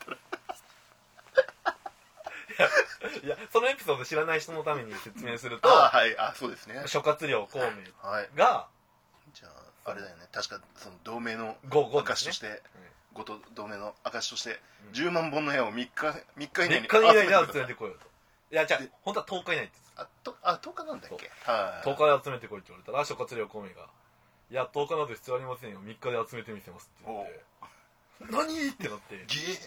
Speaker 2: いやそのエピソード知らない人のために説明すると、
Speaker 1: あ、はい、あ、そうですね。
Speaker 2: 諸葛亮孔明が、
Speaker 1: はい、じゃああれだよね、確かその同盟の証として、ごと同盟の証として、うん、じゅうまんぼんの矢をみっかみっか以内に
Speaker 2: みっか以内に集めてこいよと。いやじゃあ本当はとおか以内って
Speaker 1: あとあとおかなんだっけ、
Speaker 2: はい、とおかで集めてこいって言われたら諸葛亮孔明がいやとおかなど必要ありませんよ、みっかで集めてみせますって言って何ってなって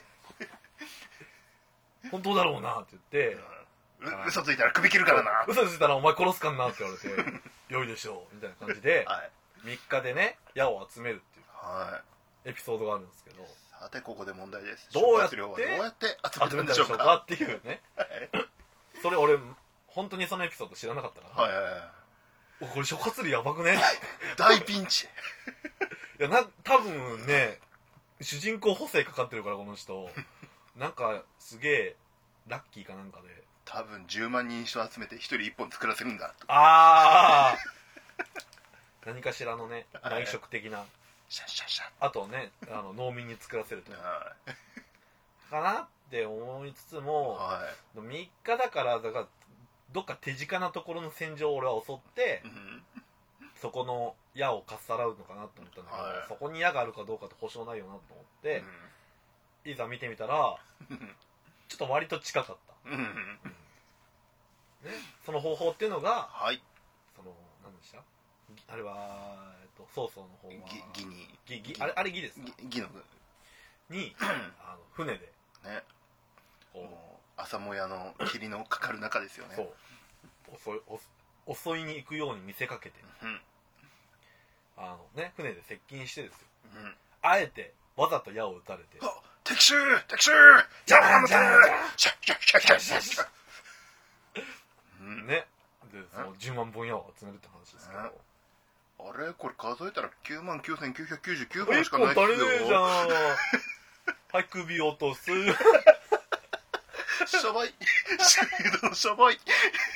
Speaker 2: 本当だろうなって言って、
Speaker 1: うん、嘘ついたら首切るからな、
Speaker 2: 嘘ついたらお前殺すかんなって言われて良いでしょうみたいな感じで、はい、みっかでね矢を集めるっていう、はい、エピソードがあるんですけど、
Speaker 1: さてここで問題です。
Speaker 2: どうやってどうや
Speaker 1: って集めたんでしょうか、
Speaker 2: かっていうね、はい、それ俺本当にそのエピソード知らなかったから、はいはいはい、おこれ諸葛亮やばくね
Speaker 1: 大ピンチ
Speaker 2: いやな多分ね主人公補正かかってるからこの人なんかすげえラッキーかなんかで
Speaker 1: 多分じゅうまんにん人集めてひとりいっぽん作らせるんだと
Speaker 2: ああ何かしらのね内職的な、
Speaker 1: シャッシャッシャッ、
Speaker 2: あとねあの農民に作らせるとかなって思いつつも、はい、みっかだからだからどっか手近なところの戦場を俺は襲って、うん、そこの矢をかっさらうのかなと思ったんだけど、はい、そこに矢があるかどうかって保証ないよなと思って、うん、いざ見てみたらちょっと割と近かった、うんうんね、その方法っていうのが、はい、その何でしたあれは、えっと、曹操の方は
Speaker 1: 義に
Speaker 2: 義義あれあれ義ですか、
Speaker 1: 義の
Speaker 2: にあの船で
Speaker 1: ね、こう朝もやの霧のかかる中ですよね。
Speaker 2: そう遅い襲いに行くように見せかけて、うん、あのね船で接近してですよ、うん、あえてわざと矢を撃たれて、
Speaker 1: 敵襲敵襲じゃんじゃんシャッシャッシャッシャッシャッシャッ
Speaker 2: ねでそのじゅうまんぼん矢を集めるって話ですけど、
Speaker 1: あれこれ数えたらきゅうまんきゅうせんきゅうひゃくきゅうじゅうきゅうぼんしかないっすよ。
Speaker 2: 結構足りねえじゃんはい首落とす
Speaker 1: しょぼいシュードしょぼい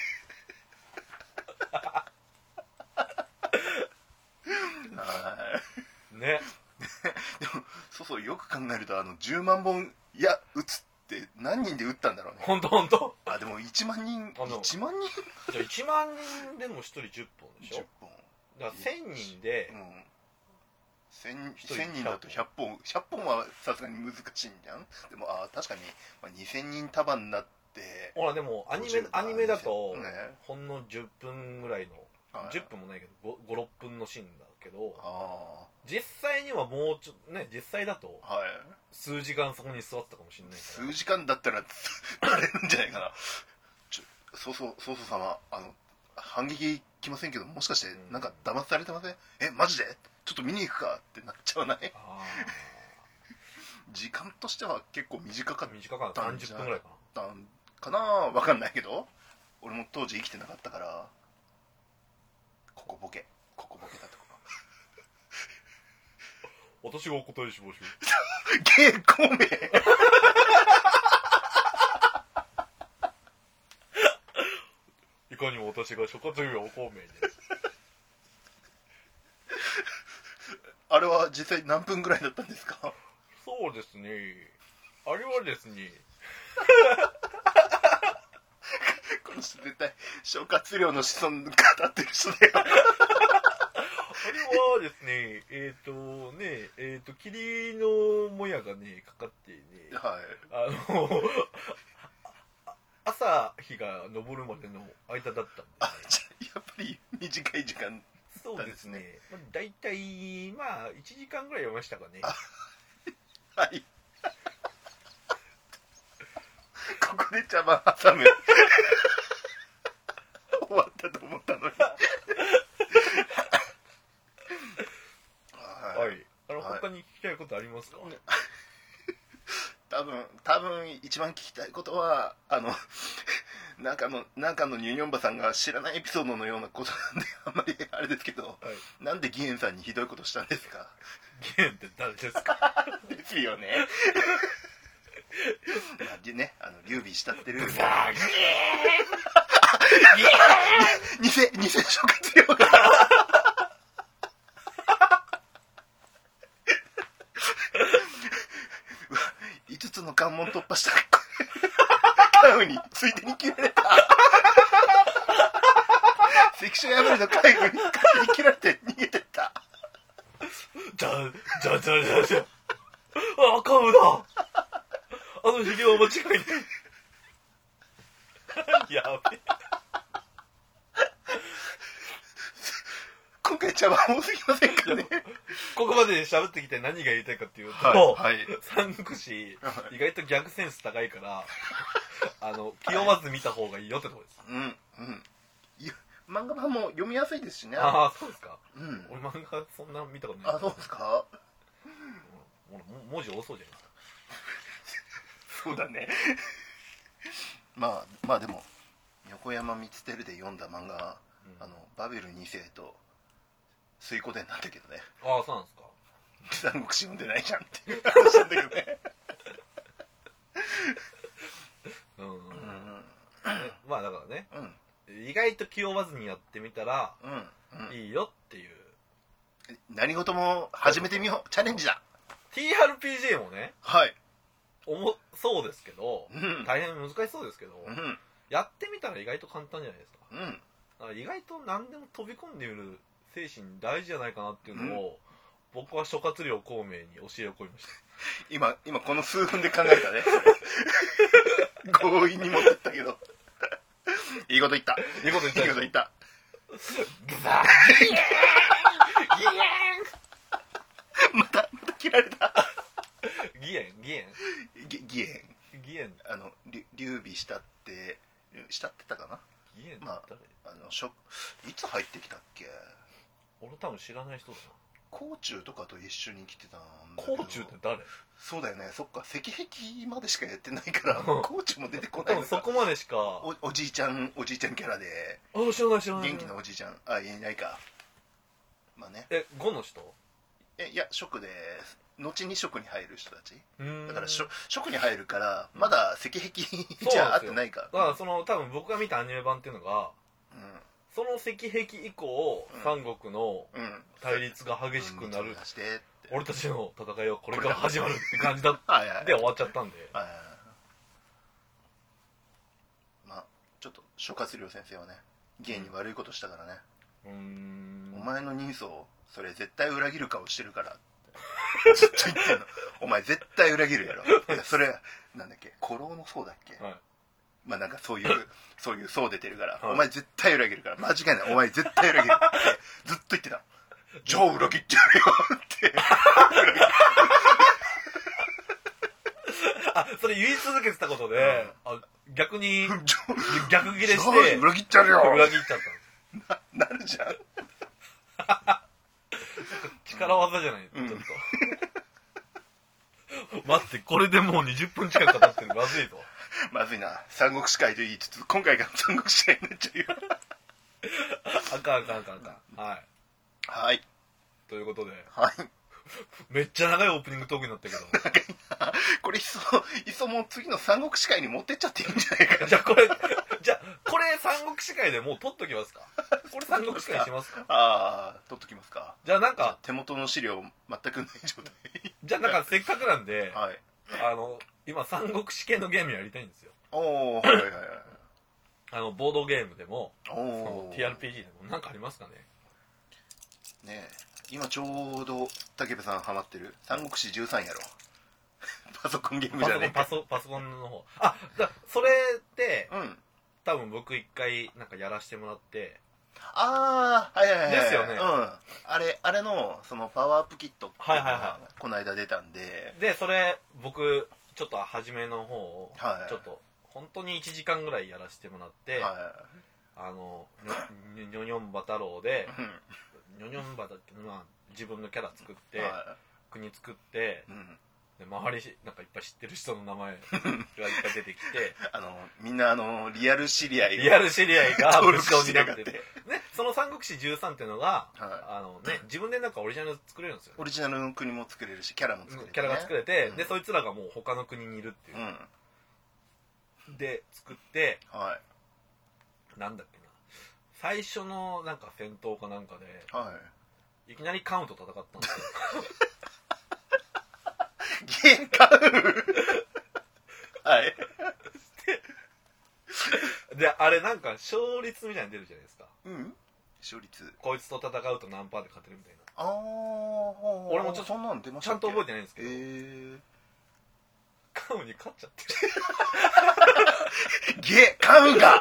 Speaker 2: ね
Speaker 1: でもそうそうよく考えるとあのじゅうまんぼん矢撃つって何人で撃ったんだろうね。
Speaker 2: ほんとほんと。
Speaker 1: あでもいちまんにん、いちまんにん
Speaker 2: じゃあいちまんにんでもひとりじゅっぽんでしょ。じゅっぽんだからせんにんで、うん、せんにんだとひゃっぽんひゃっぽんはさすがに難しいんじゃん。でもあ確かに、まあ、にせんにん束になってほらでもアニメアニメだと、ね、ほんのじゅっぷんぐらいの、はい、じゅっぷんもないけどご、ろっぷんのシーンだけど、あ実際にはもうちょっとね実際だと、はい、数時間そこに座ってたかもしれないから
Speaker 1: 数時間だったらバレるんじゃないかな。ちょそうそうそうそう様あの反撃来ませんけどもしかしてなんか騙されてません、うん、えマジでちょっと見に行くかってなっちゃわない？あ時間としては結構短かった
Speaker 2: 短かったさんじゅっぷんぐらいかな
Speaker 1: かな分かんないけど俺も当時生きてなかったからここボケここボケだと
Speaker 2: 私がお答えしましょ
Speaker 1: うゲーコメ
Speaker 2: いかにも私が諸葛亮孔明です
Speaker 1: あれは実際何分ぐらいだったんですか？
Speaker 2: そうですねあれはですね
Speaker 1: この人絶対諸葛亮の子孫語ってる人だよあれ
Speaker 2: ははですね、えっ、ー、とね、えっ、ー、と、霧のもやがね、かかってね、
Speaker 1: はい。
Speaker 2: あの、朝日が昇るまでの間だったんで、ね、
Speaker 1: あ、じゃやっぱり短い時間、ね、
Speaker 2: そうですね。まあ、だいたい、まあ、いちじかんぐらい読みましたかね。
Speaker 1: はい。ここで茶番挟む。終わったと思ったのに。
Speaker 2: はい。あの、はい、他に聞きたいことありますか？
Speaker 1: 多分、多分一番聞きたいことは、あの、中の、中のニューヨンバさんが知らないエピソードのようなことなんで、あんまりあれですけど、はい、なんでギエンさんにひどいことしたんですか？
Speaker 2: ギエンって誰ですか？
Speaker 1: ですよね。まあ、ね、あの、劉備慕ってる。ギエーン偽、偽諸葛亮が。いつつの関門突破した関羽についでに切られた。関所破りの関羽に勝手に切られて逃げてった。
Speaker 2: じゃじゃじゃじゃじゃあ、関羽だ。あのひげは間違いない。やべえ。
Speaker 1: 今回茶番多すぎませんかね。
Speaker 2: ここまで喋ってきて何が言いたいかっていうと、
Speaker 1: はいはい、
Speaker 2: 三国志意外とギャグセンス高いからあの気負わず見た方がいいよってところです。
Speaker 1: うんうん。漫画版も読みやすいですしね。
Speaker 2: ああ、そうですか。
Speaker 1: うん。
Speaker 2: 俺漫画そんな見たことない。
Speaker 1: あ、そうですか。
Speaker 2: うん、文字多そうじゃないですか。
Speaker 1: そうだね。まあまあでも横山光輝で読んだ漫画、うん、あのバベルに世と水湖伝なんだけどね。
Speaker 2: ああ、そうなんです
Speaker 1: か。三国志読んでないじゃんっていう話なんだけどね。
Speaker 2: うんうん、うん、まあだからね、うん、意外と気負わずにやってみたら、うんうん、いいよっていう。
Speaker 1: 何事も始めてみよう。チャレンジだ。
Speaker 2: ティーアールピージェー もね、
Speaker 1: はい、
Speaker 2: 重そうですけど、
Speaker 1: うん、
Speaker 2: 大変難しそうですけど、
Speaker 1: うん、
Speaker 2: やってみたら意外と簡単じゃないですか。
Speaker 1: うん、だ
Speaker 2: から意外と何でも飛び込んでみる精神大事じゃないかなっていうのを、うん、僕は諸葛亮孔明に教えを請いました。
Speaker 1: 今今この数分で考えたね。強引に持ってったけどいいこと言った。
Speaker 2: いいこと言った。
Speaker 1: いいこと言った。
Speaker 2: グザーギエーンギエ
Speaker 1: ーンまたまた切られた。
Speaker 2: ギエンギエ
Speaker 1: ンギギエ
Speaker 2: ンギエン
Speaker 1: あの劉備したってしたってたかな。
Speaker 2: ギエンって誰？
Speaker 1: まあ、あのしょいつ入ってきたっけ。
Speaker 2: 俺多分知らない人だな。
Speaker 1: 甲冑とかと一緒に来てたんだ
Speaker 2: けど。甲冑って誰？
Speaker 1: そうだよね。そっか、石壁までしかやってないから甲冑も出てこないのか。
Speaker 2: そこまでしか
Speaker 1: お, おじいちゃんおじいちゃんキャラで。
Speaker 2: あ、知らない知らない。
Speaker 1: 元気なおじいちゃん。あ、いないか。まあね。
Speaker 2: え、呉の人？
Speaker 1: え、いや、職で後に職に入る人たち。だから職に入るからまだ石壁じゃ合ってないか。
Speaker 2: だからその多分僕が見たアニメ版っていうのが、うん、その石壁以降、うん、三国の対立が激しくなる、うん、俺たちの戦いはこれから始まるって感じだで終わっちゃったんで。はいはいはい、
Speaker 1: まあちょっと諸葛亮先生はね、芸に悪いことしたからね。うーん、お前の人相それ絶対裏切る顔してるからずっと言ってんの。お前絶対裏切るやろ。いやそれなんだっけ、古老の僧だっけ、はい、まあなんかそういうそういう僧出てるから、はい、お前絶対裏切るから間違いない、お前絶対裏切るってずっと言ってた。じゃあ裏切ってやるよって
Speaker 2: あ、それ言い続けてたことで、うん、あ、逆に逆ギレして
Speaker 1: 裏切っちゃうよ、
Speaker 2: 裏切っちゃった
Speaker 1: な, なるじゃん
Speaker 2: 力技じゃない、うん、ちょっと待って、これでもうにじゅっぷん近くかかってる。まずいぞ。
Speaker 1: まずいな。三国志会と言いつつ今回が三国志会になっちゃうよ
Speaker 2: あかんあかんあかんあかん。はい
Speaker 1: はい、
Speaker 2: ということで、
Speaker 1: はい、
Speaker 2: めっちゃ長いオープニングトークになったけど
Speaker 1: 長いな。これいっそいっそもう次の三国志会に持ってっちゃっていいんじゃないか。
Speaker 2: じゃあこれじゃあこれ三国志会でもう取っときますか。これ三国志会にしますか。
Speaker 1: ああ、取っときますか。
Speaker 2: じゃあなんか
Speaker 1: 手元の資料全くない状態
Speaker 2: じゃあなんかせっかくなんで、
Speaker 1: はい、
Speaker 2: あの今三国志系のゲームやりたいんですよ。
Speaker 1: おお、はいはいはい。
Speaker 2: あのボードゲームでも、お ティーアールピージー でもなんかありますかね。
Speaker 1: ねえ、 今ちょうど武部さんハマってる三国志じゅうさんやろパソコンゲームじゃねえか。
Speaker 2: パソパソコンの方、あ、だそれで、
Speaker 1: うん、
Speaker 2: 多分僕一回なんかやらせてもらって、
Speaker 1: ああはいはいはい
Speaker 2: ですよね。
Speaker 1: うん、あれあれのそのパワーアップキットっていうの
Speaker 2: はいはいは
Speaker 1: がこの間出たんで、
Speaker 2: でそれ僕ちょっと初めの方を
Speaker 1: はい
Speaker 2: ちょっと本当にいちじかんぐらいやらせてもらって、
Speaker 1: は
Speaker 2: あのニョニョニョンバ太郎で
Speaker 1: い、うん
Speaker 2: ニョニョンバだってまあ自分のキャラ作って
Speaker 1: は
Speaker 2: 国作って
Speaker 1: い、うん、
Speaker 2: で周りなんかいっぱい知ってる人の名前がいっぱい出てきて
Speaker 1: あのみんなあのリアル知り合い
Speaker 2: リアル知り合いが
Speaker 1: 登録
Speaker 2: 武将
Speaker 1: してやがって
Speaker 2: になってて、ね、その三国志じゅうさんっていうのが、
Speaker 1: はい
Speaker 2: あのね、自分でなんかオリジナル作れるんですよ、ね、
Speaker 1: オリジナルの国も作れるしキャラも作れる、ね、
Speaker 2: キャラが作れて、
Speaker 1: うん、
Speaker 2: でそいつらがもう他の国にいるっていう、
Speaker 1: うん、
Speaker 2: で作って、
Speaker 1: はい、
Speaker 2: なんだっけな、最初のなんか戦闘かなんかで、
Speaker 1: はい、
Speaker 2: いきなりカウント戦ったんですよ
Speaker 1: ゲーカウはい
Speaker 2: で, であれなんか勝率みたいに出るじゃないですか。
Speaker 1: うん勝率
Speaker 2: こいつと戦うと何パーで勝てるみたいな。
Speaker 1: ああ
Speaker 2: 俺もちょっと
Speaker 1: そんなん出まし
Speaker 2: ちゃんと覚えてないんですけど、
Speaker 1: えー、
Speaker 2: カウンに勝っちゃって
Speaker 1: ゲーカウが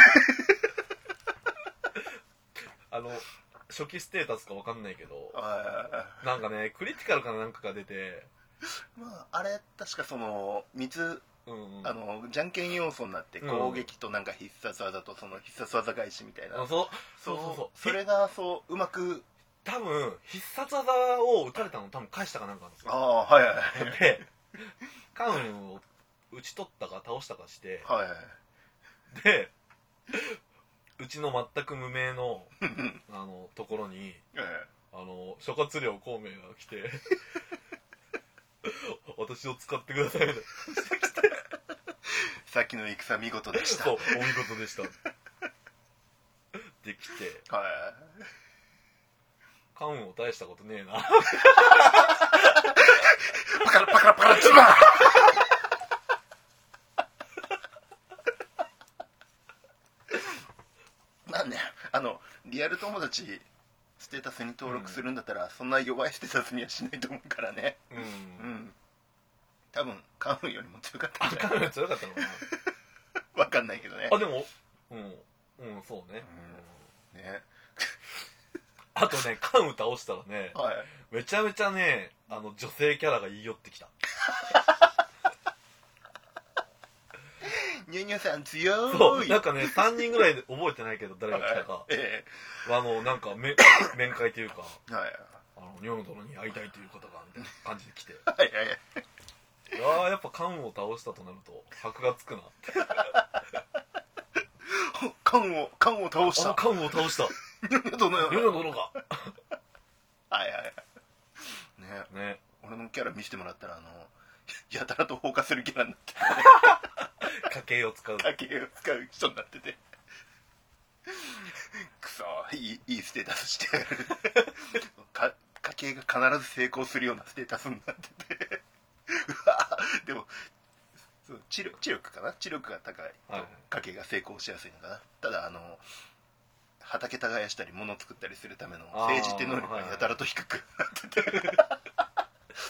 Speaker 2: あの初期ステータスか分かんないけど、
Speaker 1: あ
Speaker 2: なんかねクリティカルかなんかが出て、
Speaker 1: まああれ確かそのみつ、
Speaker 2: うんうん、
Speaker 1: あのじゃんけん要素になって攻撃となんか必殺技とその必殺技返しみたいな、
Speaker 2: うん、そうそうそうそう
Speaker 1: それがそううまく
Speaker 2: 多分必殺技を打たれたの多分返したかなんかなんですよ。
Speaker 1: ああはいはいはい
Speaker 2: でカウンを打ち取ったか倒したかして
Speaker 1: はいはい
Speaker 2: でうちの全く無名のあのところに、
Speaker 1: ええ、
Speaker 2: あの諸葛亮孔明が来て私を使ってくださいみたいな
Speaker 1: さっきの戦見事でした
Speaker 2: そうお見事でしたできて、
Speaker 1: はい、
Speaker 2: カウンを大したことねえな
Speaker 1: パカラパカラパカラズバーなんであのリアル友達ステータスに登録するんだったら、うん、そんな弱いステータスにはしないと思うからね、うん、うん、多分カウンよりも強かったんじゃない。
Speaker 2: カウンより強かったのかな
Speaker 1: 分かんないけどね。
Speaker 2: あでもうんうんそうね、うん、ねあとねカウン倒したらね、はい、めちゃめちゃねあの女性キャラが言い寄ってきた
Speaker 1: ニュニュさん強い。
Speaker 2: そうなんかねさんにんぐらいで覚えてないけど誰が来たか、はいええ、あのなんかめ面会というか、はい、あのニョン殿に会いたいということがみたいな感じで来てはいはいはい、あやっぱカンを倒したとなると箔がつくなって
Speaker 1: カンをカンを倒した
Speaker 2: カンを倒したニョン殿よニョン殿が
Speaker 1: はいはいはいねね俺のキャラ見せてもらったらあのやたらと放火するキャラになってて
Speaker 2: 家計を使う
Speaker 1: 家計を使う人になっててくそいい、いいステータスしてか家計が必ず成功するようなステータスになっててうわでもそう知力、知力かな知力が高いと家計が成功しやすいのかな、はい、ただあの畑耕したり物作ったりするための政治って能力がやたらと低くなってて、はいはい、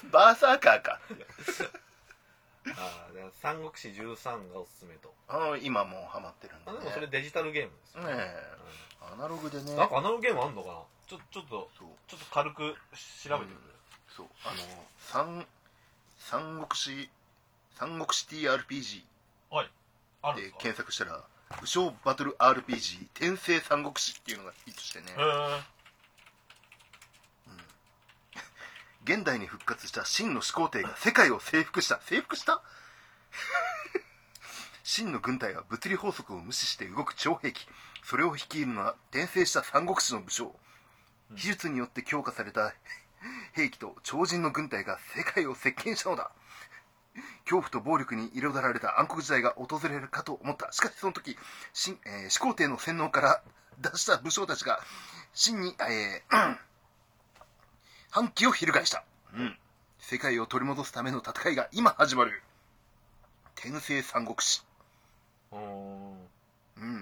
Speaker 1: バーサーカーか
Speaker 2: ああ三国志じゅうさんがおすすめと。
Speaker 1: ああ今もうハマってるんで、ね、
Speaker 2: あでもそれデジタルゲームですよね。ねえ、
Speaker 1: うん、アナログでね。
Speaker 2: なんかアナログゲームあんのかな。ちょちょっとちょっと軽く調べてみる、うん、
Speaker 1: そうあの三三国志三国志 ティーアールピージー
Speaker 2: はいあるん
Speaker 1: で
Speaker 2: ですか。
Speaker 1: 検索したら武将バトル アールピージー 転生三国志っていうのがヒットしてね。へえ。現代に復活した秦の始皇帝が世界を征服した。征服した秦の軍隊は物理法則を無視して動く超兵器。それを率いるのは転生した三国志の武将。秘術によって強化された兵器と超人の軍隊が世界を席巻したのだ。恐怖と暴力に彩られた暗黒時代が訪れるかと思った。しかしその時、秦、えー、始皇帝の洗脳から出した武将たちが秦に、えー反旗を翻した、うん、世界を取り戻すための戦いが今始まる。転生三国志。うん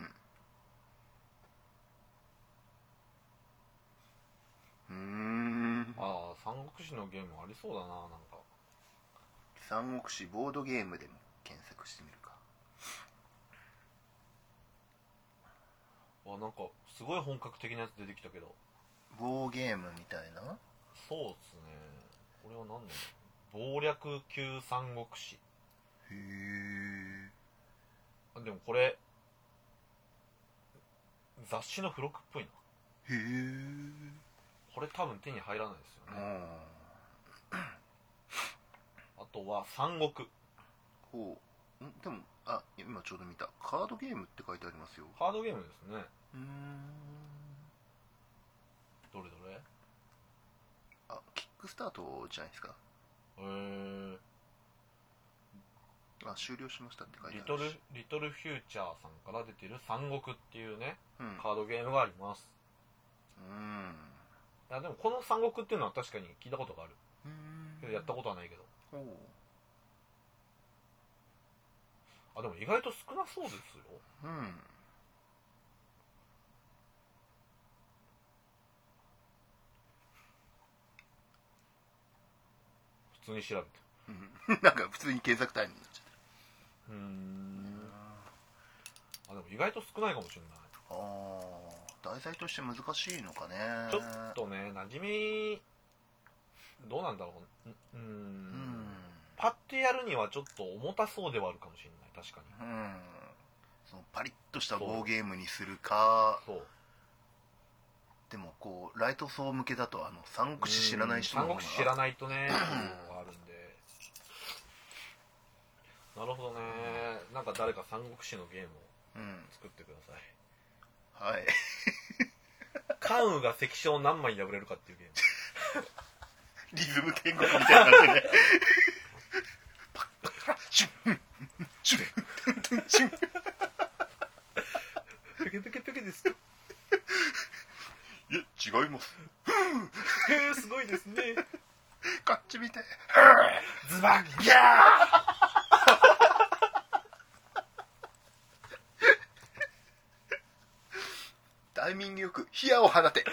Speaker 1: うーん
Speaker 2: 国志のゲームありそうだな。なんか
Speaker 1: 三国志ボードゲームでも検索してみるか。
Speaker 2: あ、なんかすごい本格的なやつ出てきたけど。
Speaker 1: ボーゲームみたいな。
Speaker 2: そうっすね。これは何だろう。謀略級三国志。
Speaker 1: へえ。
Speaker 2: でもこれ雑誌の付録っぽいな。
Speaker 1: へえ。
Speaker 2: これ多分手に入らないですよね。あとは三国。
Speaker 1: ほう。んでも、あ、今ちょうど見た。カードゲームって書いてありますよ。
Speaker 2: カードゲームですね。
Speaker 1: うーん。
Speaker 2: どれどれ。
Speaker 1: あ、キックスタートじゃないですか。
Speaker 2: へー。
Speaker 1: あ、終了しましたって書いてあるし。
Speaker 2: リトルリトルフューチャーさんから出てる三国っていうね、
Speaker 1: うん、
Speaker 2: カードゲームがあります。
Speaker 1: うん。
Speaker 2: いやでもこの三国っていうのは確かに聞いたことがある。
Speaker 1: うん。
Speaker 2: けどやったことはないけど。
Speaker 1: おう。
Speaker 2: あ、でも意外と少なそうですよ。
Speaker 1: うん。
Speaker 2: 普通に調べて。
Speaker 1: なんか普通に検索タイムになっちゃった。
Speaker 2: うーん。あ、でも意外と少ないかもしれない。
Speaker 1: ああ、題材として難しいのかね。
Speaker 2: ちょっとね、馴染みどうなんだろう。うーん。うんパッてやるにはちょっと重たそうではあるかもしれない。確かに。
Speaker 1: うん。そのパリッとしたボーゲームにするか。そう。でもこうライト層向けだとあの三国志知らない人の方が。
Speaker 2: 三国志知らないとね、あるんで。なるほどね。なんか誰か三国志のゲームを作ってください。
Speaker 1: はい。
Speaker 2: 関羽が関所を何枚に破れるかっていうゲーム。
Speaker 1: リズム天国みたいになってね。シュンシュンシュン。
Speaker 2: ペケペケペケですか。
Speaker 1: いや違います。
Speaker 2: へえすごいですね。
Speaker 1: こっち見て。
Speaker 2: ズバンギャー。
Speaker 1: タイミングよく火矢を放て。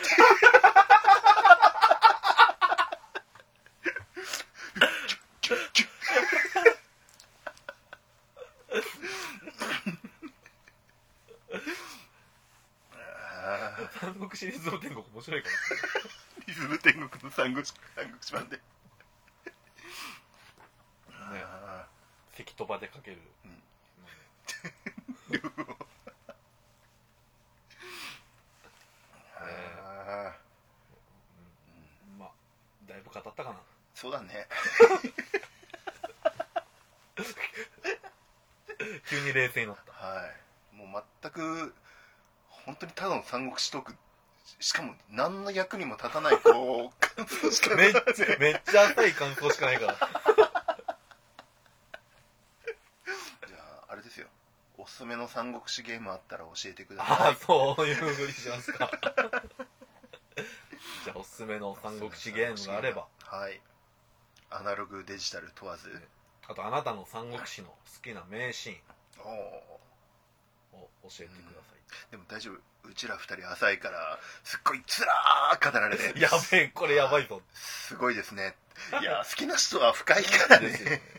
Speaker 2: 三国志リズム天国面白いかも。
Speaker 1: リズム天国の三国志三国志版で。ね、
Speaker 2: 関とばでかける。うん。まあだいぶ語ったかな。
Speaker 1: そうだね。
Speaker 2: 急に冷静になった。
Speaker 1: はい。もう全く本当にただの三国志トーク、しかも何の役にも立たないこう感想しかない。
Speaker 2: めっちゃめっちゃ浅い感想しかないから。
Speaker 1: じゃああれですよ。おすすめの三国志ゲームあったら教えてくだ
Speaker 2: さい。ああ、そういうふうにしますか。じゃあおすすめの三国志ゲームがあれば、
Speaker 1: はい。アナログデジタル問わず、
Speaker 2: あとあなたの三国志の好きな名シーン
Speaker 1: を
Speaker 2: 教えてください。
Speaker 1: でも大丈夫、うちら二人浅いからすっごいつらー語られて
Speaker 2: やべえ、これやばいぞ。
Speaker 1: すごいですね。いや好きな人は深いからね。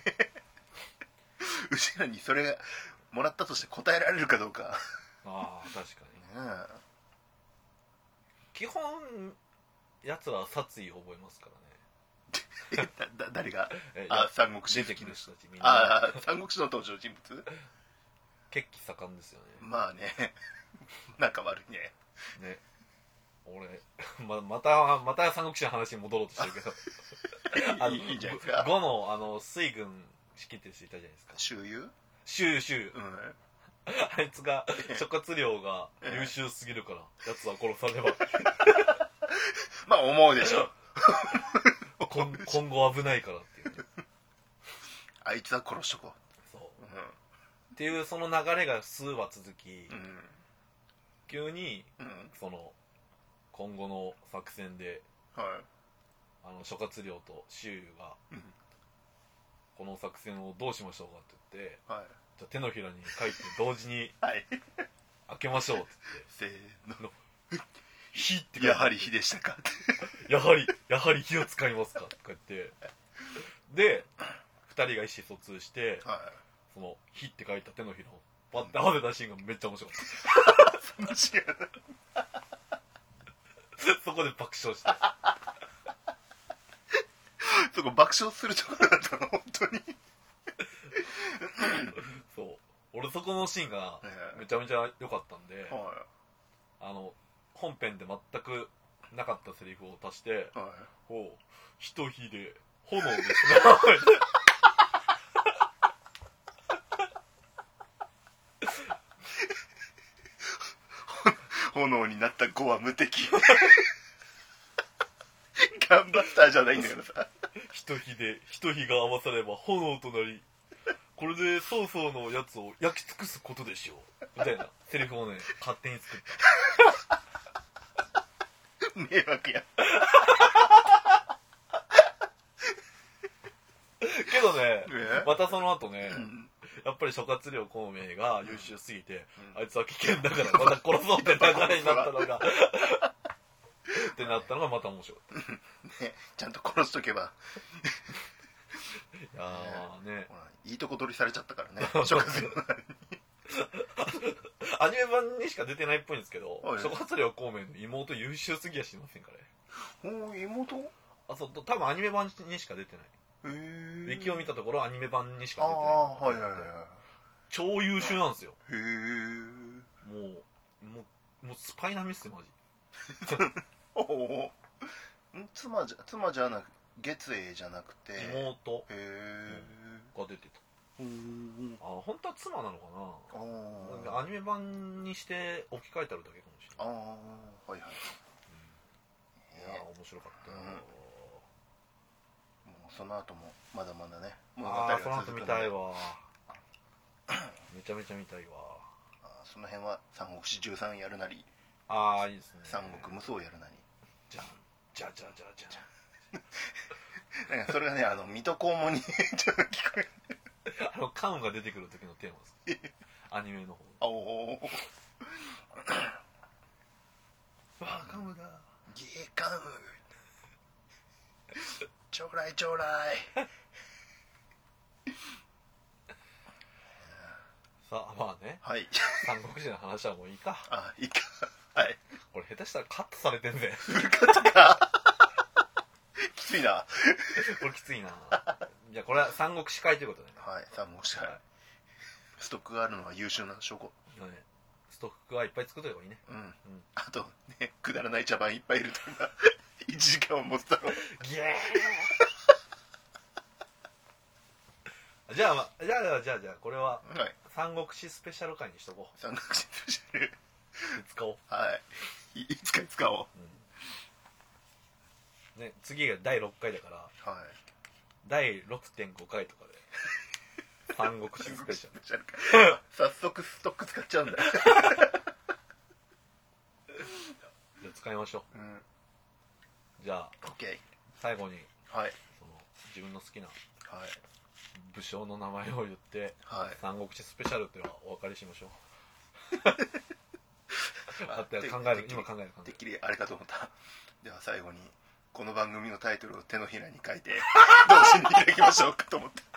Speaker 1: うちらにそれがもらったとして答えられるかどうか。
Speaker 2: ああ確かに、
Speaker 1: ね、
Speaker 2: 基本やつは殺意を覚えますからね。
Speaker 1: だ誰があ三国志
Speaker 2: 出てきる人たちみん
Speaker 1: な。あ三国志の登場人物
Speaker 2: 血気盛んですよね。
Speaker 1: まあね。仲悪いね。
Speaker 2: ね。俺 ま, またまた三国志の話に戻ろうとしてるけど。
Speaker 1: あいいじゃないですか。
Speaker 2: 呉のあの水軍指揮って人いたじゃないですか。
Speaker 1: 周遊
Speaker 2: 周周、うん、あいつが諸葛亮が優秀すぎるからやつは殺されば。
Speaker 1: まあ思うでしょ。
Speaker 2: 今, 今後危ないからっていう、ね、
Speaker 1: あいつは殺しとこう。
Speaker 2: そう、うん、っていうその流れが数話続き、うん、急に、うん、その今後の作戦で、はい、あの諸葛亮と周遊が、うん、この作戦をどうしましょうかって言って、はい、じゃあ手のひらに書いて同時に開けましょうって言って、
Speaker 1: せーの
Speaker 2: 火って書いて、
Speaker 1: やはり火でしたか
Speaker 2: やはりやはり火を使いますかとか言ってでふたりが意思疎通して、はい、その火って書いた手のひらをパッて合わせたシーンがめっちゃ面白かったそのシーンそこで爆笑して
Speaker 1: そこ爆笑するところだったの本当に
Speaker 2: そう俺そこのシーンがめちゃめちゃ良かったんで、はい、あの本編で全くなかったセリフを足して、はい、ほう一火で炎ですね
Speaker 1: 炎になった子は無敵ガンバスターじゃないんだからさ
Speaker 2: 一火で一火が合わされば炎となりこれで曹操のやつを焼き尽くすことでしょうみたいなセリフをね勝手に作った
Speaker 1: 迷惑や
Speaker 2: けどねまたその後ね、うん、やっぱり諸葛亮孔明が優秀すぎて、うん、あいつは危険だからまた殺そうって流れになったのがってなったのがまた面白い、
Speaker 1: ね、ちゃんと殺しとけば
Speaker 2: いやーね
Speaker 1: いいとこ取りされちゃったからね諸葛亮
Speaker 2: アニメ版にしか出てないっぽいんですけど諸葛亮孔明の妹優秀すぎやしませんかね
Speaker 1: お妹
Speaker 2: あそう多分アニメ版にしか出てないウィキを見たところアニメ版にしか出てない、
Speaker 1: はいはいはい、
Speaker 2: 超優秀なんですよ
Speaker 1: へえ
Speaker 2: もうもうもうスパイ並みっすよマジ
Speaker 1: おお妻じゃ妻じゃなく月英じゃなくて
Speaker 2: 妹
Speaker 1: へえ、
Speaker 2: うん、が出てたあ本当は妻なのかなアニメ版にして置き換えてあるだけかもしれないああ
Speaker 1: はいはい、
Speaker 2: うん、いや面白かったよ、うん
Speaker 1: その後もまだまだね
Speaker 2: ああその後見たいわめちゃめちゃ見たいわ
Speaker 1: あその辺は三国志じゅうさんやるなり
Speaker 2: ああいいですね
Speaker 1: 三国無双やるなり
Speaker 2: じゃんじゃじゃじゃじ
Speaker 1: ゃなんかそれがねあの水戸黄門にちょっと聞こえる
Speaker 2: あのカウンが出てくる時のテーマですアニメの
Speaker 1: 方おお
Speaker 2: わあカムだ
Speaker 1: ゲーカムちょうだいちょうだい
Speaker 2: さあまあね、
Speaker 1: はい、
Speaker 2: 三国志の話はもういいか
Speaker 1: あいいかはい
Speaker 2: これ下手したらカットされてんぜ
Speaker 1: フルカットかきついな
Speaker 2: これきついなじゃあこれは三国志会ということでね
Speaker 1: はい三国志会、はい、ストックがあるのは優秀な証拠、
Speaker 2: ね、ストックはいっぱい作ってればいいねうん、うん、
Speaker 1: あとねくだらない茶番いっぱいいるとかいちじかんを持つだろう
Speaker 2: ギエーじゃあ、ま、じゃあじゃあじゃあこれは、はい、三国志スペシャル回にしとこう
Speaker 1: 三国志スペシャル
Speaker 2: 使おう
Speaker 1: はいいつか使おう、
Speaker 2: うんね、次がだいろっかいだから、はい、だいろくてんごかいとかで三国志スペシャル
Speaker 1: 早速ストック使っちゃうんだじゃ
Speaker 2: あ使いましょう、うんじゃあ、
Speaker 1: OK、
Speaker 2: 最後に、
Speaker 1: はい、
Speaker 2: その自分の好きな、
Speaker 1: はい、
Speaker 2: 武将の名前を言って、はい、三国志スペシャルっていうのはお分かりしましょうあって考える今考える考える
Speaker 1: てっきりあれかと思ったでは最後にこの番組のタイトルを手のひらに書いて同時に開きましょうかと思って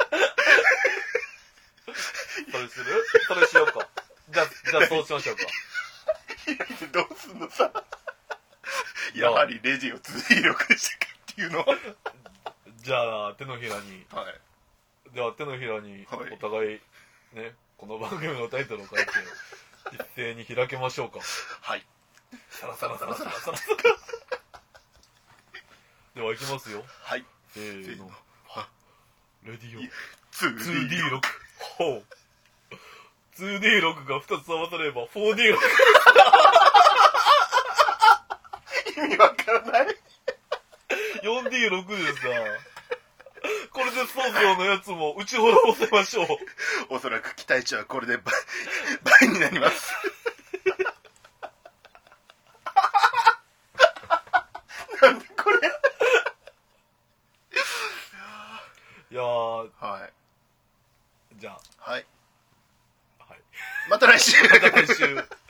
Speaker 2: それするそれしようかじゃあじゃあそうしましょうか
Speaker 1: 開いてどうすんのさやはりレジを通力でしたかっていうの
Speaker 2: じゃあ手のひらに、
Speaker 1: はい、
Speaker 2: では手のひらにお互い、はい、ねこの番組のタイトルを書いて一斉に開けましょうか
Speaker 1: はい
Speaker 2: サラサラサラサラサラではいきますよ
Speaker 1: はい
Speaker 2: せーのレディオ
Speaker 1: ツーディーろく
Speaker 2: ほう ツーディーろく がふたつ合わされば フォーディーろく
Speaker 1: 意味わからない
Speaker 2: よんディーろく でさこれで曹操のやつも打ち滅ぼせましょう
Speaker 1: おそらく期待値はこれで倍, 倍になりますなんでこれ
Speaker 2: いやー
Speaker 1: はい
Speaker 2: じゃあ
Speaker 1: はい、
Speaker 2: はい、
Speaker 1: また来週
Speaker 2: また来週